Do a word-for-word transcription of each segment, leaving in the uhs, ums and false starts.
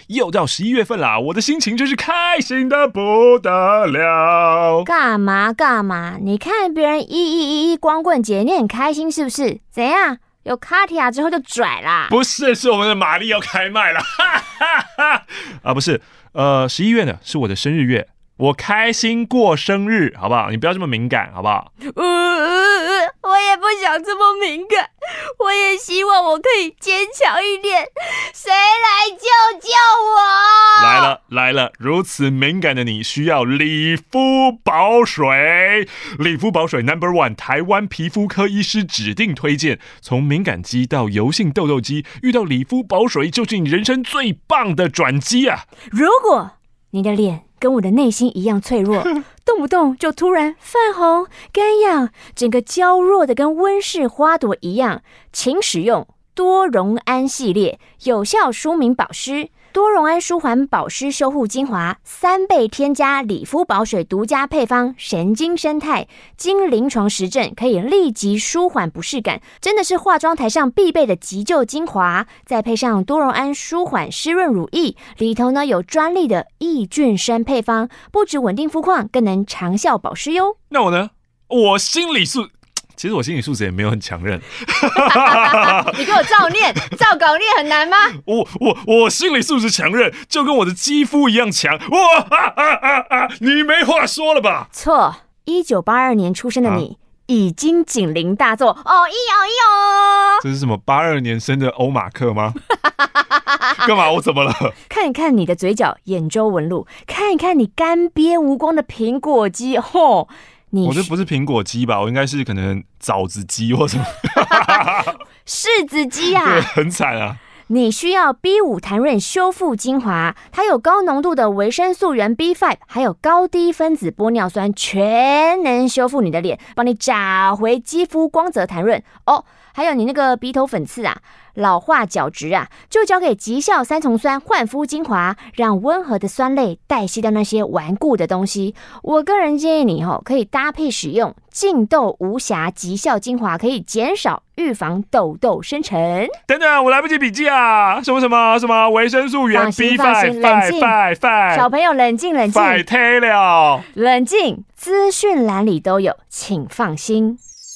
又到十一月份啦，我的心情真是开心的不得了。 干嘛干嘛？你看别人一一一一光棍节，你很开心是不是？怎样？有卡提亚之后就拽啦？ 不是，是我们的玛丽要开卖了，哈哈哈！啊，不是，呃，十一月呢是我的生日月，我开心过生日，好不好？你不要这么敏感，好不好？ 呃呃，我也不想这么敏感，我也希望我可以坚强一点。谁来救救我？ 来了来了，如此敏感的你需要理肤宝水。理肤宝水 Number One， 台湾皮肤科医师指定推荐。从敏感肌到油性痘痘肌，遇到理肤宝水就是你人生最棒的转机啊！ 如果你的脸跟我的内心一样脆弱，动不动就突然泛红、干痒，整个娇弱的跟温室花朵一样，请使用多溶胺系列有效舒敏保湿。多溶胺舒缓保湿修护精华，三倍添加理肤宝水独家配方神经生态，经临床实证可以立即舒缓不适感，真的是化妆台上必备的急救精华。再配上多溶胺舒缓湿润乳液，里头呢有专利的抑菌生配方，不止稳定肤况，更能长效保湿哟。 那我呢？我心理素。其实我心理素质也没有很强韧。 你给我照念，照稿念很难吗？ 我我我心理素质强韧，就跟我的肌肤一样强。哇啊啊啊啊！你没话说了吧？ 错，一九八二年出生的你。啊已经警铃大作哦，咦哦咦哦！ 这是什么八二年生的欧马克吗？干嘛？我怎么了？ 看一看你的嘴角眼周纹路，看一看你干瘪无光的苹果肌，吼！你我这不是苹果肌吧？我应该是可能枣子肌或什么柿子肌啊！ 对，很惨啊！ 你需要 B 五 弹润修复精华，它有高浓度的维生素原 B 五， 还有高低分子玻尿酸，全能修复你的脸，帮你找回肌肤光泽弹润哦。还有你那个鼻头粉刺啊、老化角质啊，就交给极效三重酸焕肤精华，让温和的酸类代谢掉那些顽固的东西。我个人建议你哦，可以搭配使用净痘无瑕极效精华，可以减少预防痘痘生成。 等等，我来不及笔记啊！什么什么什么维生素原 B 五， 冷静，小朋友冷静冷静， 拜退了， 冷静，资讯栏里都有，请放心。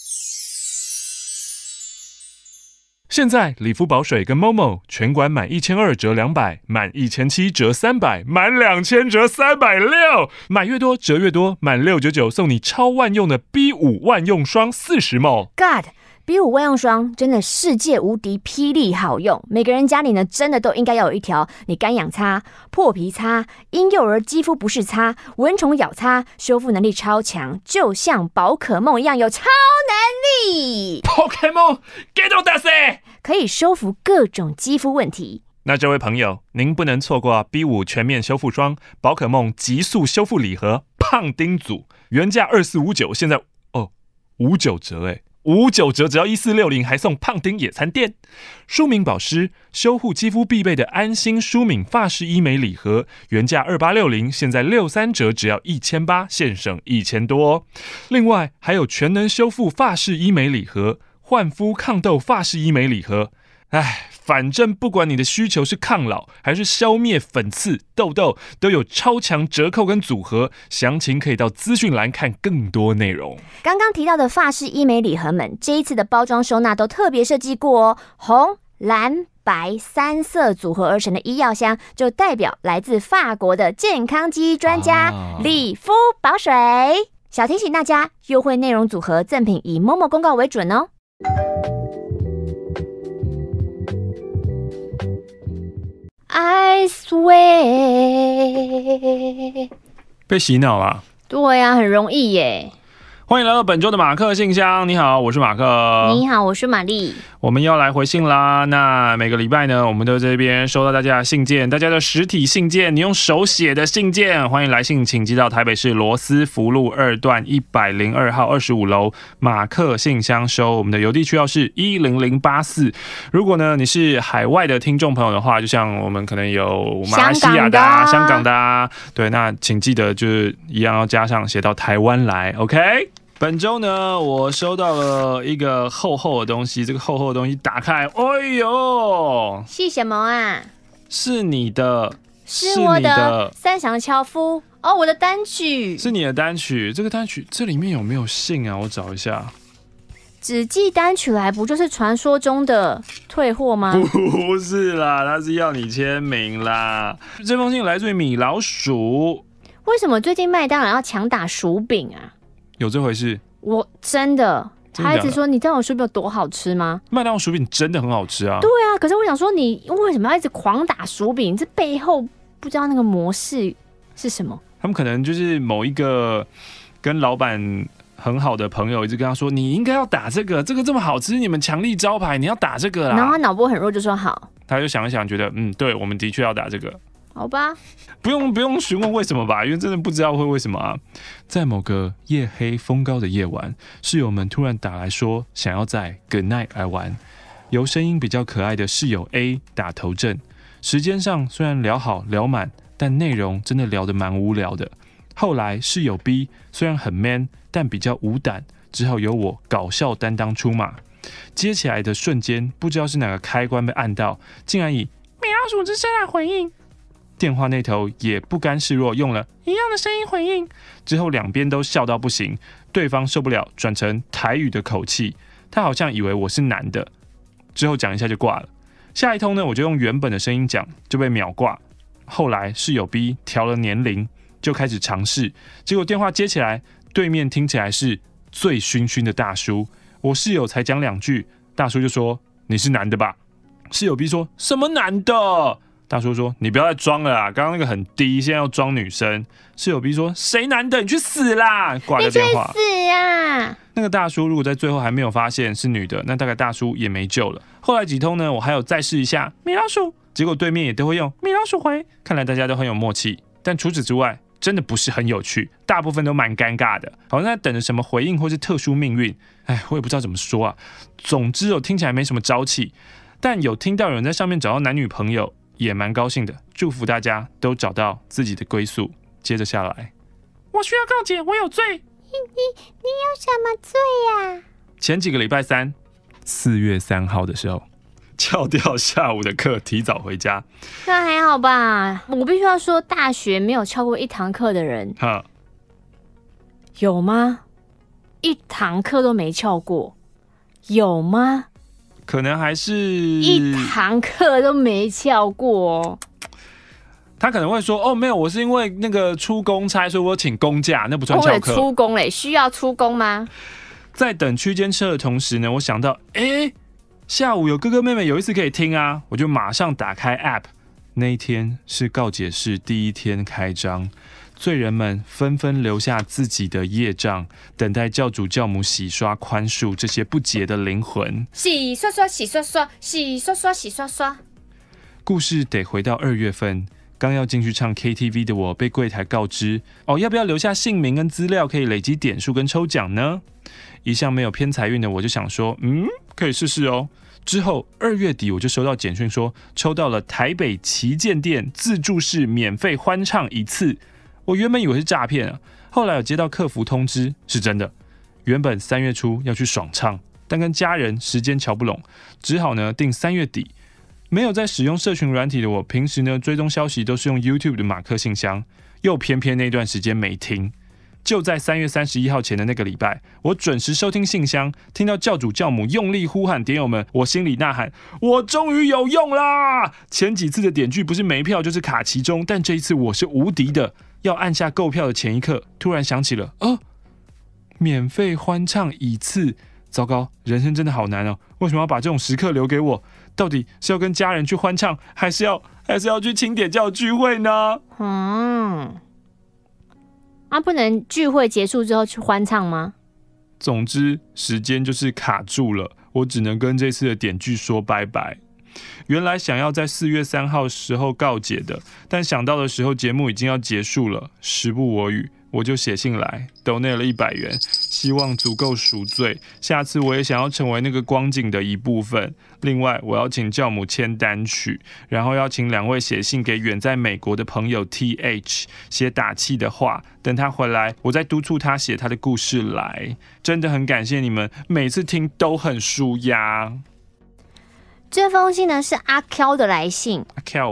现在理肤宝水跟 Momo 全馆满一千二折两百，满一千七折三百，满两千折三百六，买越多折越多，满六九九送你超万用的 B 五 万用霜四十 ml。God。 B 五 万用霜真的世界无敌霹雳好用，每个人家里呢真的都应该要有一条。你干痒擦、破皮擦、婴幼儿肌肤不适擦、蚊虫咬擦，修复能力超强，就像宝可梦一样有超能力。 Pokemon get on that， 可以修复各种肌肤问题。 那这位朋友，您不能错过 B 五 全面修复霜、宝可梦极速修复礼盒胖丁组，原价二四五九，现在哦五九折哎。五九折只要一四六零，还送胖丁野餐垫。舒敏保湿，修护肌肤必备的安心舒敏发饰医美礼盒，原价二八六零，现在六三折只要一千八，现省一千多哦。另外还有全能修复发饰医美礼盒、焕肤抗痘发饰医美礼盒。唉，反正不管你的需求是抗老还是消灭粉刺、痘痘，都有超强折扣跟组合，详情可以到资讯栏看更多内容。 刚刚提到的发饰医美礼盒们，这一次的包装收纳都特别设计过哦，红、蓝、白三色组合而成的医药箱，就代表来自法国的健康记忆专家、啊、理肤宝水。小提醒大家，优惠内容组合赠品以 Momo 公告为准哦。I swear， 被洗脑了。 对呀、啊，很容易耶。 欢迎来到本周的马克信箱。你好，我是马克。 你好，我是玛丽。 我们要来回信啦。那每个礼拜呢，我们都在这边收到大家的信件，大家的实体信件，你用手写的信件，欢迎来信，请寄到台北市罗斯福路二段一百零二号二十五楼马克信箱收。我们的邮递区号是一零零八四。如果呢你是海外的听众朋友的话，就像我们可能有马来西亚的、啊、香港的啊，对，那请记得就是一样要加上写到台湾来 ，OK。本周呢，我收到了一个厚厚的东西，这个厚厚的东西打开，哎呦， 是什么啊？ 是你的， 是我的三响樵夫哦，我的单曲是你的单曲。这个单曲这里面有没有信啊？我找一下。 只寄单曲来，不就是传说中的退货吗？ 不是啦，他是要你签名啦。这封信来自于米老鼠。 为什么最近麦当劳要强打薯饼啊？ 有这回事？我真的。他一直说你知道我薯饼有多好吃吗？ 麦当劳薯饼真的很好吃啊。 对啊，可是我想说你为什么要一直狂打薯饼？这背后不知道那个模式是什么？ 他们可能就是某一个跟老板很好的朋友一直跟他说，你应该要打这个，这个这么好吃，你们强力招牌，你要打这个啦。 然后他脑波很弱就说好。 他就想一想，觉得嗯，对，我们的确要打这个。 好吧， 不用不用询问为什么吧，因为真的不知道会为什么啊。在某个夜黑风高的夜晚，室友们突然打来说想要在 Good Night 来玩，由声音比较可爱的室友 A 打头阵。时间上虽然聊好聊满，但内容真的聊得蛮无聊的。后来室友 B 虽然很 man， 但比较无胆，只好由我搞笑担当出马。接起来的瞬间，不知道是哪个开关被按到，竟然以米老鼠之声来回应。电话那头也不甘示弱，用了一样的声音回应。之后两边都笑到不行，对方受不了，转成台语的口气，他好像以为我是男的。之后讲一下就挂了。下一通呢，我就用原本的声音讲，就被秒挂。后来室友 B 调了年龄，就开始尝试，结果电话接起来，对面听起来是醉醺醺的大叔。我室友才讲两句，大叔就说你是男的吧？室友 B 说什么男的？大叔说你不要再装了啦，刚刚那个很低，现在要装女生。室友 B 说谁男的？你去死啦！挂个电话。 你去死啊！ 那个大叔如果在最后还没有发现是女的，那大概大叔也没救了。后来几通呢，我还有再试一下米老鼠，结果对面也都会用米老鼠回，看来大家都很有默契。但除此之外，真的不是很有趣，大部分都蛮尴尬的，好像在等着什么回应或是特殊命运。哎，我也不知道怎么说啊。总之我听起来没什么朝气，但有听到有人在上面找到男女朋友，也蛮高兴的。祝福大家都找到自己的归宿。接着下来，我需要告解，我有罪。 你你你有什么罪呀、啊？ 前几个礼拜三，四月三号的时候，翘掉下午的课，提早回家。 那还好吧。我必须要说，大学没有翘过一堂课的人， 哈， 有吗？一堂课都没翘过，有吗？ 可能还是一堂课都没翘过、哦。 他可能会说：“哦，没有，我是因为那个出公差，所以我请公假，那不算翘课。” 出工嘞，需要出工吗？ 在等区间车的同时呢，我想到，哎，下午有哥哥妹妹有一次可以听啊，我就马上打开 App。那一天是告解室第一天开张，罪人们纷纷留下自己的业障，等待教主教母洗刷宽恕这些不洁的灵魂。 洗刷刷，洗刷刷，洗刷刷，洗刷刷。 故事得回到二月份。刚要进去唱 K T V 的我，被柜台告知，哦，要不要留下姓名跟资料，可以累积点数跟抽奖呢？一向没有偏财运的我就想说，嗯，可以试试哦。之后二月底我就收到简讯说，抽到了台北旗舰店自助式免费欢唱一次。我原本以为是诈骗啊，后来有接到客服通知，是真的。原本三月初要去爽唱，但跟家人时间瞧不拢，只好呢定三月底。没有在使用社群软体的我，平时呢追踪消息都是用 YouTube 的马克信箱，又偏偏那段时间没听。就在三月三十一号前的那个礼拜，我准时收听信箱，听到教主教母用力呼喊点友们，我心里呐喊：我终于有用啦！前几次的点剧不是没票就是卡其中，但这一次我是无敌的。要按下购票的前一刻，突然想起了，哦，免费欢唱一次。糟糕，人生真的好难哦！为什么要把这种时刻留给我？到底是要跟家人去欢唱，还是要还是要去清点教聚会呢？ 嗯，啊，不能聚会结束之后去欢唱吗？ 总之，时间就是卡住了，我只能跟这次的点剧说拜拜。原来想要在四月三号时候告解的，但想到的时候节目已经要结束了，时不我与，我就写信来，donate了一百元，希望足够赎罪。下次我也想要成为那个光景的一部分。另外，我要请教母签单曲，然后要请两位写信给远在美国的朋友 T H 写打气的话，等他回来，我再督促他写他的故事来。真的很感谢你们，每次听都很舒压。 这封信呢是阿 Q 的来信。 阿 Q，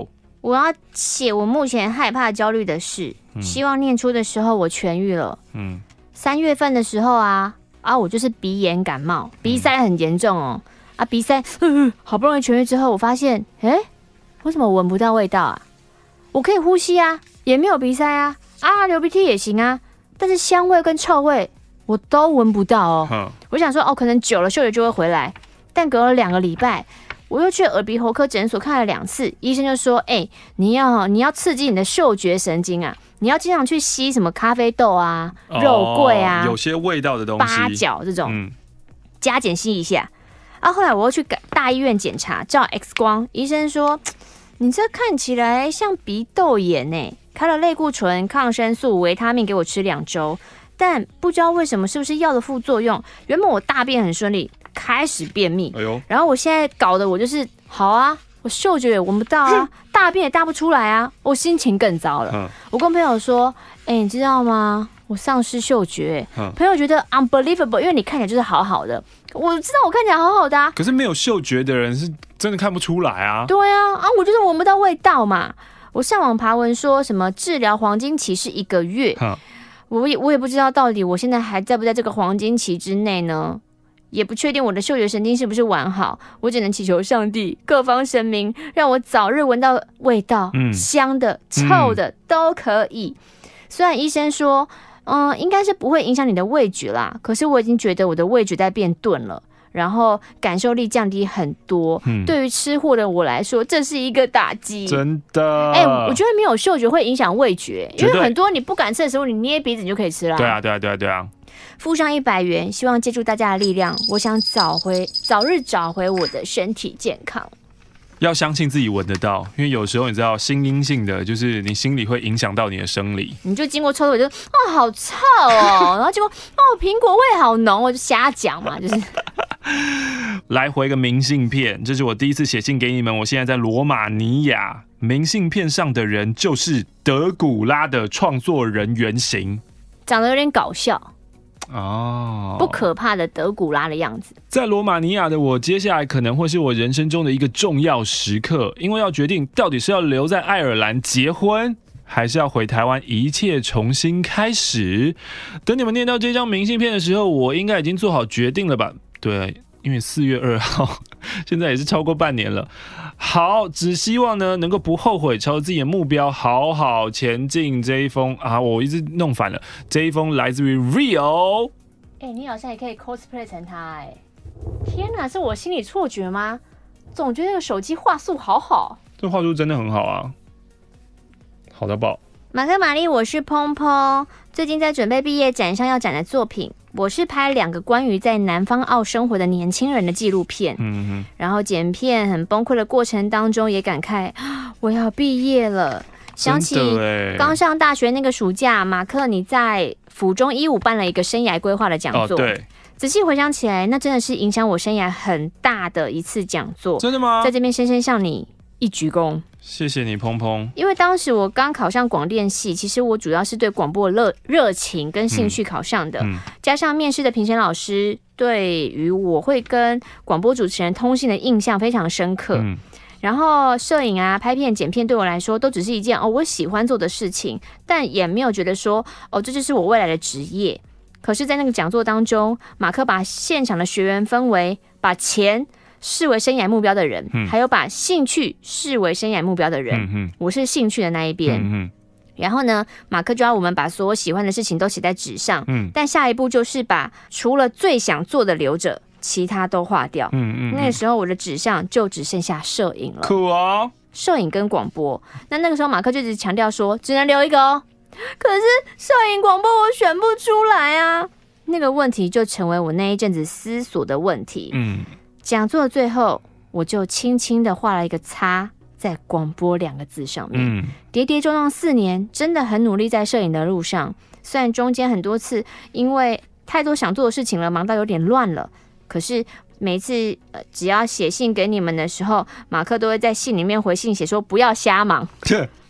我要写我目前害怕焦虑的事，嗯、希望念出的时候我痊愈了。嗯，三月份的时候啊啊，我就是鼻炎感冒，鼻塞很严重哦。嗯、啊，鼻塞，呵呵好不容易痊愈之后，我发现，哎，为什么我闻不到味道啊？我可以呼吸啊，也没有鼻塞啊，啊，流鼻涕也行啊，但是香味跟臭味我都闻不到哦。嗯、我想说，哦，可能久了嗅觉就会回来，但隔了两个礼拜。我又去耳鼻喉科诊所看了两次，医生就说：“哎、欸，你要你要刺激你的嗅觉神经啊，你要经常去吸什么咖啡豆啊、哦、肉桂啊， 有些味道的东西， 八角这种，嗯、加减吸一下。”啊，后来我又去大医院检查，照 X 光，医生说：“你这看起来像鼻窦炎呢。”开了类固醇、抗生素、维他命给我吃两周，但不知道为什么，是不是药的副作用？原本我大便很顺利。开始便秘，哎呦！然后我现在搞得我就是好啊，我嗅觉也闻不到啊，大便也大不出来啊，我心情更糟了。嗯、我跟朋友说，哎、欸，你知道吗？我丧失嗅觉。嗯、朋友觉得 unbelievable， 因为你看起来就是好好的，我知道我看起来好好的啊。 可是没有嗅觉的人是真的看不出来啊。 对啊，啊，我就是闻不到味道嘛。我上网爬文说什么治疗黄金期是一个月，嗯、我也我也不知道到底我现在还在不在这个黄金期之内呢？也不确定我的嗅觉神经是不是完好，我只能祈求上帝、各方神明，让我早日闻到味道，嗯、香的、臭的、嗯、都可以。虽然医生说，嗯，应该是不会影响你的味觉啦，可是我已经觉得我的味觉在变钝了，然后感受力降低很多。嗯、对于吃货的我来说，这是一个打击。 真的， 哎、欸，我觉得没有嗅觉会影响味觉，因为很多你不敢吃的食物，你捏鼻子你就可以吃啦。 对啊，对啊，对啊，对啊。 付上一百元，希望借助大家的力量，我想早回早日找回我的身体健康。 要相信自己闻得到，因为有时候你知道，心因性的就是你心里会影响到你的生理。 你就经过抽的，就哦好臭哦，然后结果哦苹果味好浓，我就瞎讲嘛，就是。 来回个明信片，这是我第一次写信给你们。我现在在罗马尼亚，明信片上的人就是德古拉的创作人原型， 长得有点搞笑。 哦， 不可怕的德古拉的样子。 在罗马尼亚的我，接下来可能会是我人生中的一个重要时刻，因为要决定到底是要留在爱尔兰结婚，还是要回台湾一切重新开始。等你们念到这张明信片的时候，我应该已经做好决定了吧？对，因为四月二号，现在也是超过半年了。好，只希望呢能够不后悔，朝着自己的目标好好前进。这一封啊，我一直弄反了。这一封来自于 Rio。 哎、欸，你好像也可以 cosplay 成他哎、欸！天哪，是我心理错觉吗？总觉得那个手机画素好好。 这画素真的很好啊，好到爆。 马克玛丽，我是砰砰，最近在准备毕业展上要展的作品。我是拍两个关于在南方澳生活的年轻人的纪录片，嗯哼，然后剪片很崩溃的过程当中也感慨我要毕业了，想起刚上大学那个暑假，马克你在府中一五办了一个生涯规划的讲座，哦，对，仔细回想起来，那真的是影响我生涯很大的一次讲座。 真的吗？ 在这边深深向你一鞠躬。 谢谢你，砰砰。 因为当时我刚考上广电系，其实我主要是对广播的热情跟兴趣考上的，嗯嗯、加上面试的评审老师对于我会跟广播主持人通信的印象非常深刻。嗯、然后摄影啊、拍片、剪片对我来说都只是一件哦我喜欢做的事情，但也没有觉得说哦这就是我未来的职业。可是，在那个讲座当中，马克把现场的学员分为把钱视为生涯目标的人，嗯、还有把兴趣视为生涯目标的人。嗯嗯、我是兴趣的那一边。嗯嗯、然后呢，马克就要我们把所有喜欢的事情都写在纸上。嗯、但下一步就是把除了最想做的留着，其他都划掉。嗯嗯、那个时候我的纸上就只剩下摄影了。 酷哦！ 摄影跟广播。那那个时候马克就一直强调说，只能留一个哦。可是摄影广播我选不出来啊。那个问题就成为我那一阵子思索的问题。嗯。讲座的最后，我就轻轻的画了一个叉在广播两个字上面。嗯，跌跌撞撞四年，真的很努力在摄影的路上。虽然中间很多次因为太多想做的事情了，忙到有点乱了，可是每次、呃、只要写信给你们的时候，马克都会在信里面回信写说不要瞎忙。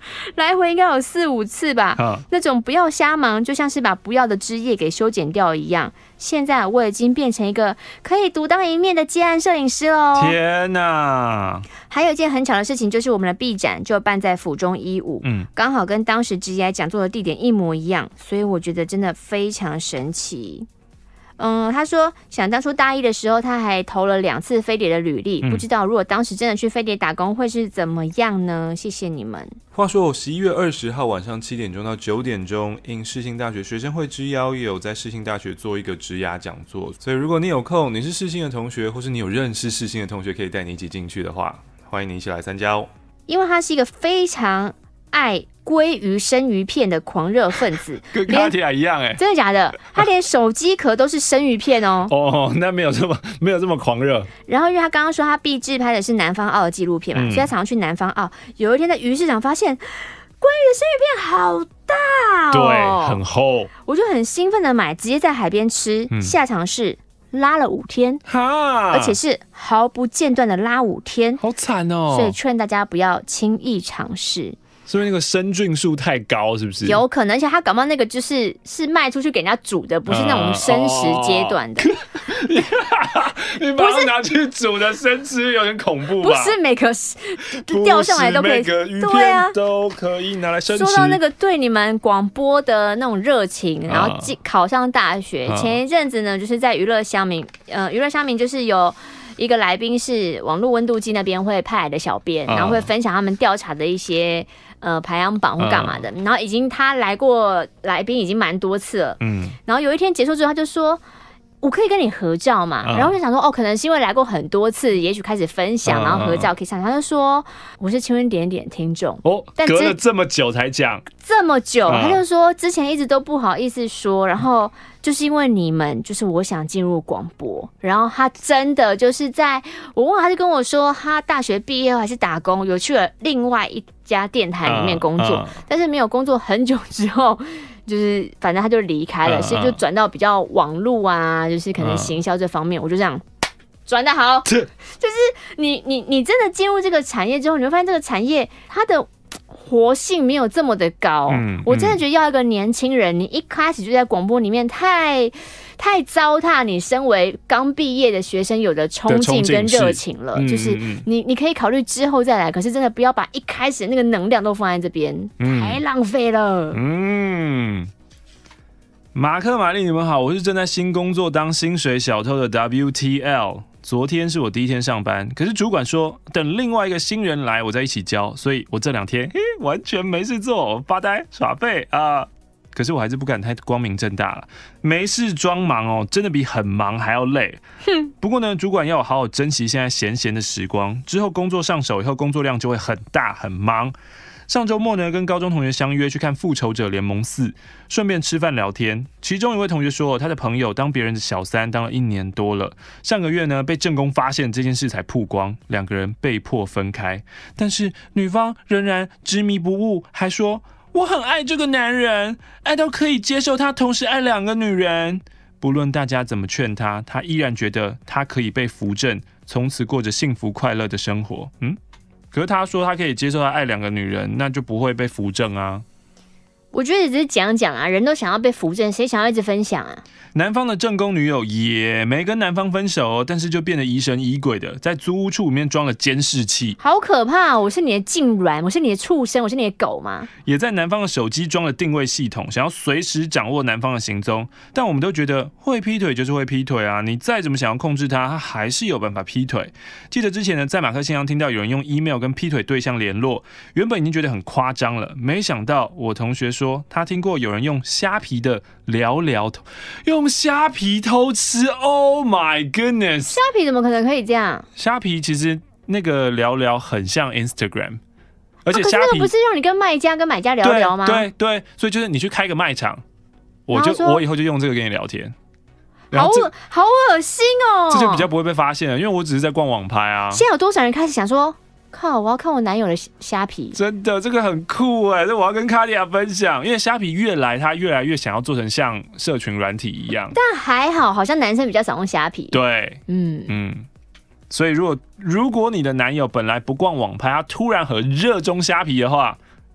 来回应该有四五次吧。那种不要瞎忙，就像是把不要的枝叶给修剪掉一样。现在我已经变成一个可以独当一面的接案摄影师喽！ 天哪！ 还有一件很巧的事情，就是我们的 B 展就办在府中一五，嗯，刚好跟当时职业讲座的地点一模一样，所以我觉得真的非常神奇。嗯，他说想当初大一的时候，他还投了两次飞碟的履历，嗯、不知道如果当时真的去飞碟打工会是怎么样呢？谢谢你们。 话说我十一月二十号晚上七点钟到九点钟，应世新大学学生会之邀，也有在世新大学做一个职涯讲座，所以如果你有空，你是世新的同学，或是你有认识世新的同学，可以带你一起进去的话，欢迎你一起来参加哦。 因为他是一个非常爱鲑鱼生鱼片的狂热分子， 跟卡提亚一样哎、欸， 真的假的？他连手机壳都是生鱼片哦。 哦，那没有这么没有这么狂热。 然后因为他刚刚说他毕制拍的是南方澳的纪录片嘛，嗯、所以他常常去南方澳。有一天在鱼市场发现鲑鱼的生鱼片好大哦， 对，很厚， 我就很兴奋的买，直接在海边吃。嗯、下场是拉了五天，而且是毫不间断的拉五天， 好惨哦！ 所以劝大家不要轻易尝试。 是不是那个生菌数太高？是不是？ 有可能，而且他搞不好那个就是是卖出去给人家煮的，不是那种生食阶段的。 嗯哦、你把它拿去煮的生吃有点恐怖吧？ 不是每个钓上来都可以， 每个鱼片都可以拿来生吃。 说到那个对你们广播的那种热情，然后考上大学，啊、前一阵子呢，就是在娱乐乡民，呃，娱乐乡民就是有。一个来宾是网络温度计那边会派来的小编，然后会分享他们调查的一些呃排行榜或干嘛的，然后已经他来过来宾已经蛮多次了，嗯，然后有一天结束之后他就说。我可以跟你合照嘛？嗯、然后就想说，哦，可能是因为来过很多次，也许开始分享，嗯、然后合照可以上。他就说我是青春点点听众哦，但隔了这么久才讲， 这么久，嗯、他就说之前一直都不好意思说，然后就是因为你们，就是我想进入广播，然后他真的就是在我问他就跟我说，他大学毕业后还是打工，有去了另外一家电台里面工作，嗯嗯、但是没有工作很久之后。就是反正他就离开了，所以、嗯、就转到比较网路啊，就是可能行销这方面，嗯、我就这样转得好。就是你你你真的进入这个产业之后，你会发现这个产业它的活性没有这么的高。嗯嗯、我真的觉得要一个年轻人，你一开始就在广播里面太太糟蹋你身为刚毕业的学生有的冲劲跟热情了。嗯、就是你你可以考虑之后再来，可是真的不要把一开始那个能量都放在这边，嗯、太浪费了。 嗯，马克玛丽，你们好，我是正在新工作当薪水小偷的 W T L。昨天是我第一天上班，可是主管说等另外一个新人来，我再一起教，所以我这两天完全没事做，发呆耍废啊。可是我还是不敢太光明正大了，没事装忙哦，真的比很忙还要累。不过呢，主管要我好好珍惜现在闲闲的时光，之后工作上手以后，工作量就会很大很忙。上周末呢，跟高中同学相约去看《复仇者联盟四》，顺便吃饭聊天。其中一位同学说，他的朋友当别人的小三当了一年多了，上个月呢被正宫发现这件事才曝光，两个人被迫分开。但是女方仍然执迷不悟，还说我很爱这个男人，爱到可以接受他同时爱两个女人。不论大家怎么劝他，他依然觉得他可以被扶正，从此过着幸福快乐的生活。嗯。可是他说他可以接受他爱两个女人，那就不会被扶正啊。 我觉得只是讲讲啊，人都想要被扶正，谁想要一直分享啊？ 男方的正宫女友也没跟男方分手，但是就变得疑神疑鬼的，在租屋处里面装了监视器， 好可怕！我是你的痉挛，我是你的畜生，我是你的狗吗？ 也在男方的手机装了定位系统，想要随时掌握男方的行踪。但我们都觉得会劈腿就是会劈腿啊，你再怎么想要控制他，他还是有办法劈腿。记得之前呢，在马克信箱听到有人用 email 跟劈腿对象联络，原本已经觉得很夸张了，没想到我同学说他听过有人用虾皮的聊聊用虾皮偷吃 ，Oh my goodness！ 虾皮怎么可能可以这样？ 虾皮其实那个聊聊很像 Instagram， 而且虾皮、啊、可是那个不是让你跟卖家跟买家聊聊吗？ 对 对, 对，所以就是你去开个卖场，我就我以后就用这个跟你聊天。 好恶好恶心哦！ 这就比较不会被发现了，因为我只是在逛网拍啊。 现在有多少人开始想说？靠！我要看我男友的虾皮， 真的这个很酷哎！这我要跟卡蒂亚分享，因为虾皮越来他越来越想要做成像社群软体一样， 但还好，好像男生比较少用虾皮。 对，嗯嗯，所以如果如果你的男友本来不逛网拍，他突然很热衷虾皮的话，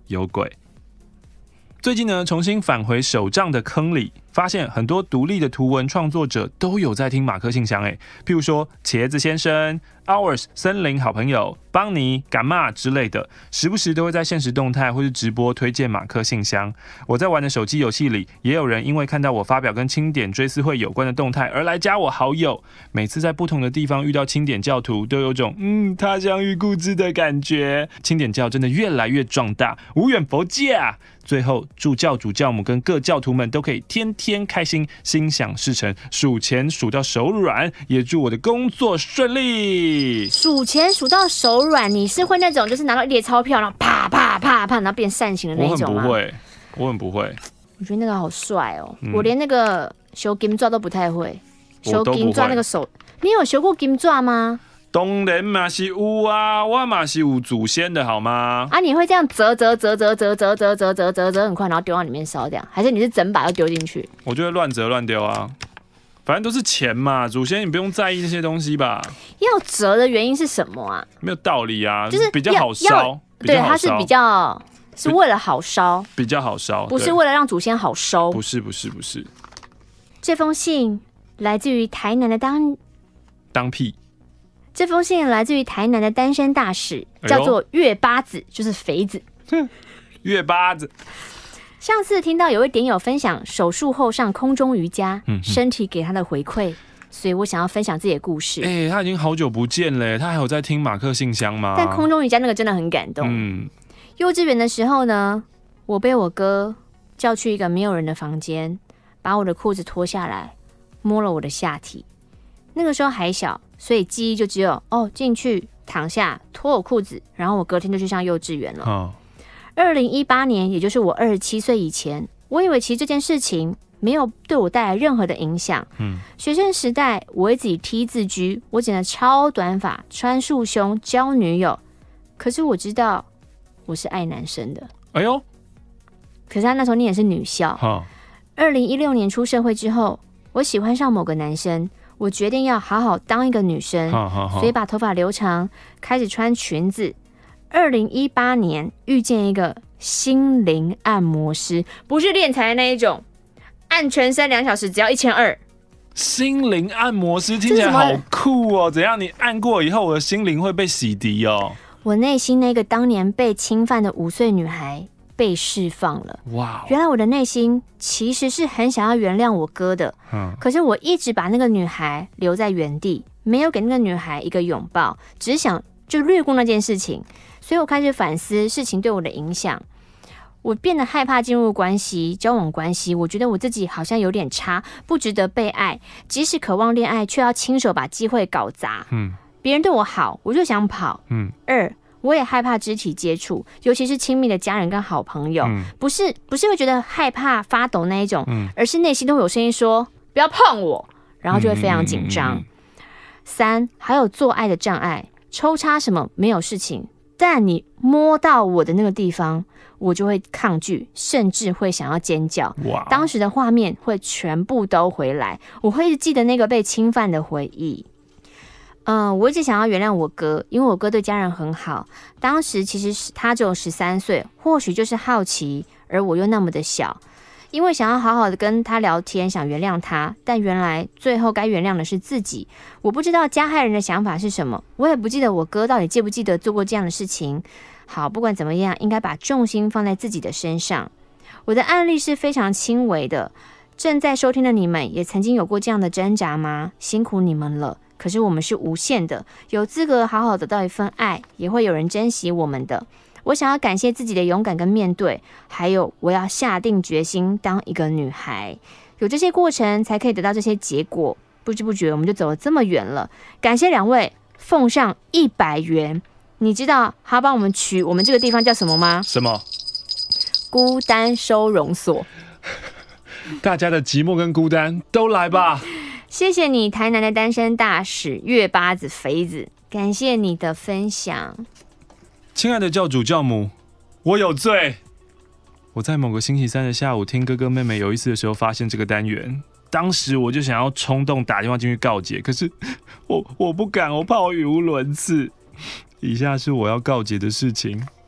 有鬼。最近呢，重新返回手账的坑里，发现很多独立的图文创作者都有在听马克信箱诶，譬如说茄子先生、Hours 森林好朋友、邦尼、干妈之类的，时不时都会在限时动态或是直播推荐马克信箱。我在玩的手机游戏里，也有人因为看到我发表跟清点追思会有关的动态而来加我好友。每次在不同的地方遇到清点教徒，都有种嗯他乡遇故知的感觉。清点教真的越来越壮大，无远弗届。最后，祝教主教母跟各教徒们都可以天天开心，心想事成，数钱数到手软，也祝我的工作顺利。 数钱数到手软，你是会那种就是拿到一叠钞票，然后啪啪啪啪，然后变扇形的那种吗？ 我很不会，我很不会。 我觉得那个好帅哦、嗯，我连那个修金爪都不太会。修金爪那个手，你有修过金爪吗？ 当然嘛是有啊，我嘛是有祖先的好吗？ 啊，你会这样折折折折折折折折折折折很快，然后丢到里面烧掉，还是你是整把都丢进去？ 我就会乱折乱丢啊，反正都是钱嘛，祖先你不用在意那些东西吧？ 要折的原因是什么啊？ 没有道理啊， 就是比较好烧。 对，它是比较是为了好烧， 比较好烧， 不是为了让祖先好收。 不是不是不是。 这封信来自于台南的当当屁。 这封信来自于台南的单身大使，叫做月八子，就是肥子。 月八子。 上次听到有位点友分享手术后上空中瑜伽，嗯、身体给他的回馈，所以我想要分享自己的故事。 哎、欸，他已经好久不见了，他还有在听马克信箱吗？ 但空中瑜伽那个真的很感动。嗯，幼稚园的时候呢，我被我哥叫去一个没有人的房间，把我的裤子脱下来，摸了我的下体。那个时候还小，所以记忆就只有哦，进去躺下脱我裤子，然后我隔天就去上幼稚园了。二零一八年，也就是我二十七岁以前，我以为其实这件事情没有对我带来任何的影响。嗯，学生时代我会自己 T 字居，我剪了超短发，穿束胸，交女友。可是我知道我是爱男生的。 哎呦！ 可是他那时候念的是女校。二零一六年出社会之后，我喜欢上某个男生。我决定要好好当一个女生，好好好，所以把头发留长，开始穿裙子。二零一八年遇见一个心灵按摩师，不是练财的那一种，按全身两小时只要一千二。 心灵按摩师听起来好酷哦！怎样？你按过以后，我的心灵会被洗涤哦。 我内心那个当年被侵犯的五岁女孩被释放了。哇！原来我的内心其实是很想要原谅我哥的，嗯，可是我一直把那个女孩留在原地，没有给那个女孩一个拥抱，只想就略过那件事情。所以我开始反思事情对我的影响。我变得害怕进入关系、交往关系，我觉得我自己好像有点差，不值得被爱。即使渴望恋爱，却要亲手把机会搞砸。嗯，别人对我好，我就想跑。嗯，二。我也害怕肢体接触，尤其是亲密的家人跟好朋友，嗯、不是不是会觉得害怕发抖那一种，嗯、而是内心都会有声音说不要碰我，然后就会非常紧张。嗯嗯嗯、三，还有做爱的障碍，抽插什么没有事情，但你摸到我的那个地方，我就会抗拒，甚至会想要尖叫。当时的画面会全部都回来，我会记得那个被侵犯的回忆。嗯、呃，我一直想要原谅我哥，因为我哥对家人很好。当时其实他只有十三岁，或许就是好奇，而我又那么的小，因为想要好好的跟他聊天，想原谅他，但原来最后该原谅的是自己。我不知道加害人的想法是什么，我也不记得我哥到底记不记得做过这样的事情。好，不管怎么样，应该把重心放在自己的身上。我的案例是非常轻微的，正在收听的你们也曾经有过这样的挣扎吗？辛苦你们了。可是我们是无限的，有资格好好得到一份爱，也会有人珍惜我们的。我想要感谢自己的勇敢跟面对，还有我要下定决心当一个女孩。有这些过程才可以得到这些结果，不知不觉我们就走了这么远了。感谢两位，奉上一百元。你知道他帮我们取我们这个地方叫什么吗？ 什么？ 孤单收容所。 大家的寂寞跟孤单都来吧。 谢谢你，台南的单身大使月八子肥子，感谢你的分享。 亲爱的教主教母，我有罪。我在某个星期三的下午听哥哥妹妹有意思的时候发现这个单元，当时我就想要冲动打电话进去告解，可是我我不敢，我怕我语无伦次。以下是我要告解的事情。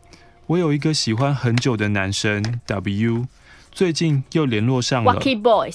我有一个喜欢很久的男生 W， 最近又联络上了。 Wacky Boys，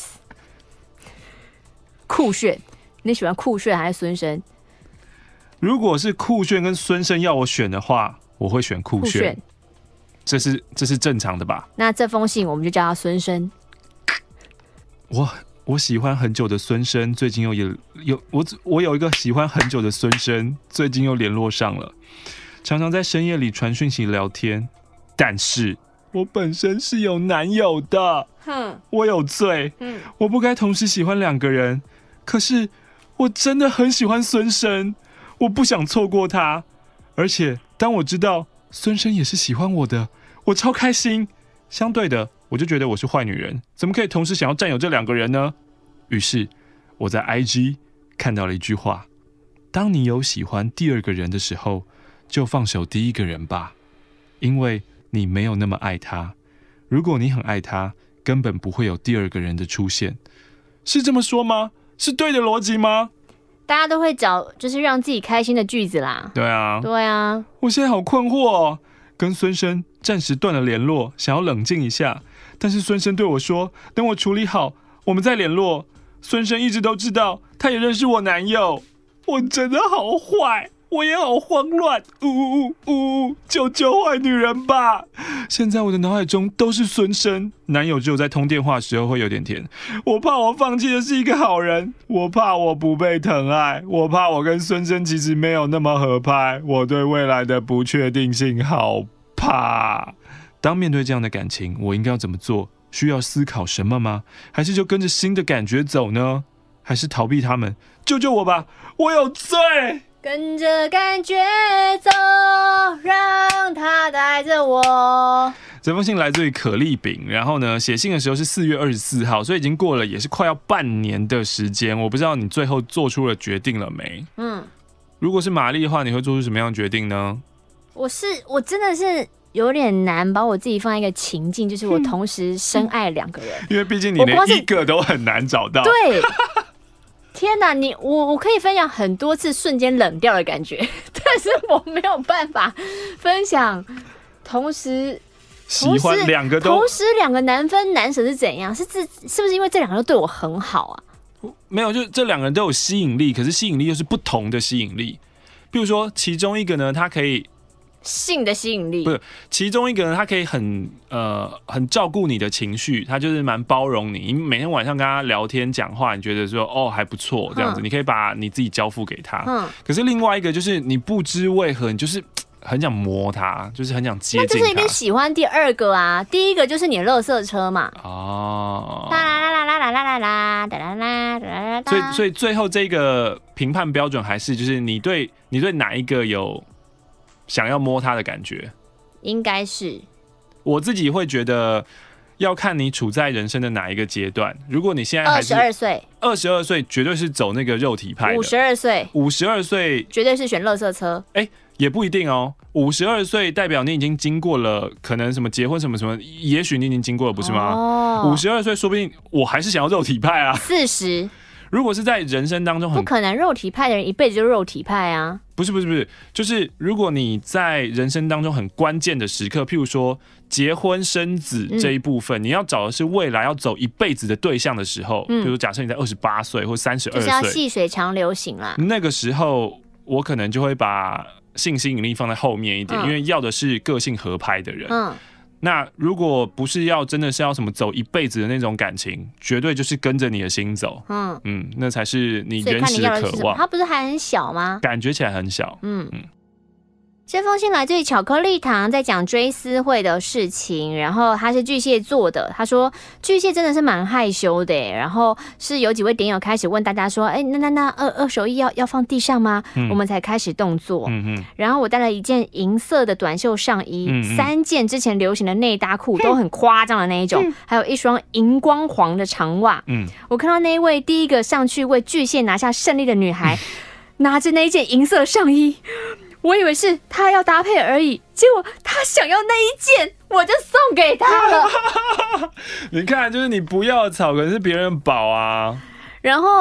酷炫，你喜欢酷炫还是孙生？ 如果是酷炫跟孙生要我选的话，我会选酷炫。酷炫这是这是正常的吧？ 那这封信我们就叫他孙生。 我我喜欢很久的孙生，最近又也有我我有一个喜欢很久的孙生，最近又联络上了，常常在深夜里传讯息聊天。但是我本身是有男友的，哼，我有罪，嗯，我不该同时喜欢两个人。可是我真的很喜欢孙生，我不想错过他。而且当我知道孙生也是喜欢我的，我超开心。相对的，我就觉得我是坏女人，怎么可以同时想要占有这两个人呢？于是我在 I G 看到了一句话：当你有喜欢第二个人的时候，就放手第一个人吧，因为你没有那么爱他。如果你很爱他，根本不会有第二个人的出现。是这么说吗？是对的逻辑吗？ 大家都会找就是让自己开心的句子啦。 对啊， 对啊。 我现在好困惑哦。跟孙生暂时断了联络，想要冷静一下。但是孙生对我说，等我处理好，我们再联络。孙生一直都知道，他也认识我男友。我真的好坏，我也好慌乱。呜呜呜呜，救救坏女人吧！现在我的脑海中都是孙生，男友只有在通电话的时候会有点甜。我怕我放弃的是一个好人，我怕我不被疼爱，我怕我跟孙生其实没有那么合拍，我对未来的不确定性好怕。当面对这样的感情，我应该要怎么做？需要思考什么吗？还是就跟着新的感觉走呢？还是逃避他们？救救我吧！我有罪！ 跟着感觉走，让它带着我。 这封信来自于可丽饼，然后呢，写信的时候是四月二十四号，所以已经过了也是快要半年的时间。我不知道你最后做出了决定了没？嗯，如果是玛丽的话，你会做出什么样的决定呢？ 我是我真的是有点难把我自己放在一个情境，就是我同时深爱两个人， 因为毕竟你连一个都很难找到。 对。天哪，你我我可以分享很多次瞬间冷掉的感觉，但是我没有办法分享同时喜欢两个都同时两个难分难舍是怎样？是自是不是因为这两个都对我很好啊？ 没有，就这两个人都有吸引力，可是吸引力又是不同的吸引力。比如说，其中一个呢，它可以。 性的吸引力不是其中一个呢，他可以很呃很照顾你的情绪，他就是蛮包容你。你每天晚上跟他聊天讲话，你觉得说哦还不错这样子，你可以把你自己交付给他。嗯，可是另外一个就是你不知为何，你就是很想摸他，就是很想接近他。 那就是一个喜欢第二个啊，第一个就是你的垃圾车嘛。 哦， 啦啦啦啦啦啦啦啦啦啦啦啦啦。 所以所以最后这个评判标准还是就是你对你对哪一个有想要摸他的感觉？ 应该是我自己会觉得要看你处在人生的哪一个阶段。如果你现在还是二十二岁， 二十二岁绝对是走那个肉体派的。 五十二岁， 五十二岁绝对是选垃圾车。 哎、欸，也不一定哦。五十二岁代表你已经经过了可能什么结婚什么什么，也许你已经经过了，不是吗？五十二岁说不定我还是想要肉体派啊。 四十。 如果是在人生当中很， 不可能肉体派的人一辈子就肉体派啊！ 不是不是不是，就是如果你在人生当中很关键的时刻，譬如说结婚生子这一部分，嗯、你要找的是未来要走一辈子的对象的时候，嗯、比如假设你在二十八岁或三十二岁， 就是要细水长流型啦。 那个时候我可能就会把性吸引力放在后面一点，嗯、因为要的是个性合拍的人。嗯。那如果不是要真的是要什么走一辈子的那种感情，绝对就是跟着你的心走，嗯嗯，那才是你原始的渴望。 他不是还很小吗？ 感觉起来很小，嗯嗯。 这封信来自于巧克力糖，在讲追思会的事情，然后他是巨蟹座的，他说巨蟹真的是蛮害羞的，然后是有几位点友开始问大家说，哎，那那那二二手衣要要放地上吗？嗯、我们才开始动作，嗯嗯。然后我带了一件银色的短袖上衣，嗯嗯三件之前流行的内搭裤都很夸张的那一种，嗯、还有一双荧光黄的长袜，嗯。我看到那一位第一个上去为巨蟹拿下胜利的女孩，拿着那一件银色上衣。我以为是他要搭配而已，结果他想要那一件，我就送给他了。 你看，就是你不要的草，可能是别人宝啊。 然后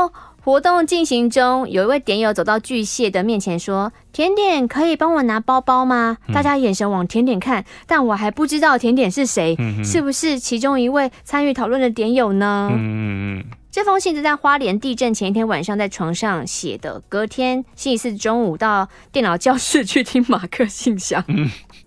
活动进行中，有一位点友走到巨蟹的面前说：“甜点可以帮我拿包包吗？”嗯、大家眼神往甜点看，但我还不知道甜点是谁，嗯、是不是其中一位参与讨论的点友呢？嗯嗯嗯。这封信是在花莲地震前一天晚上在床上写的，隔天星期四中午到电脑教室去听马克信箱。嗯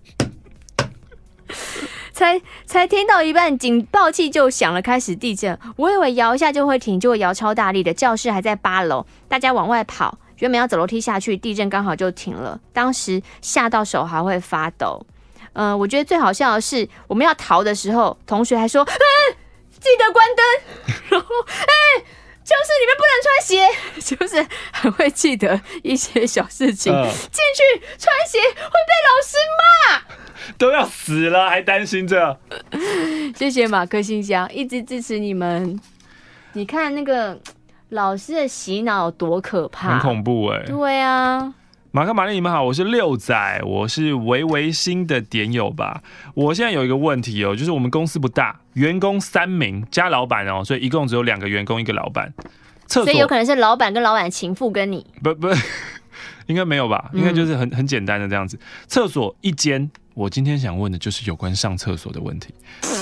才才听到一半，警报器就响了，开始地震。我以为摇一下就会停，结果摇超大力的。教室还在八楼，大家往外跑，原本要走楼梯下去，地震刚好就停了。当时吓到手还会发抖。嗯、呃，我觉得最好笑的是，我们要逃的时候，同学还说：“哎、欸，记得关灯。”然后，哎、欸，教室里面不能穿鞋，就是很会记得一些小事情。进、呃、去穿鞋会被老师骂。 都要死了，还担心着。 谢谢马克信箱，一直支持你们。你看那个老师的洗脑有多可怕， 很恐怖哎、欸。 对啊， 马克玛丽，你们好，我是六仔，我是维维新的点友吧。我现在有一个问题哦，就是我们公司不大，员工三名加老板哦，所以一共只有两个员工，一个老板。厕所， 所以有可能是老板跟老板的情妇跟你。 不不，应该没有吧？应该就是很很简单的这样子。厕所一间。我今天想问的就是有关上厕所的问题，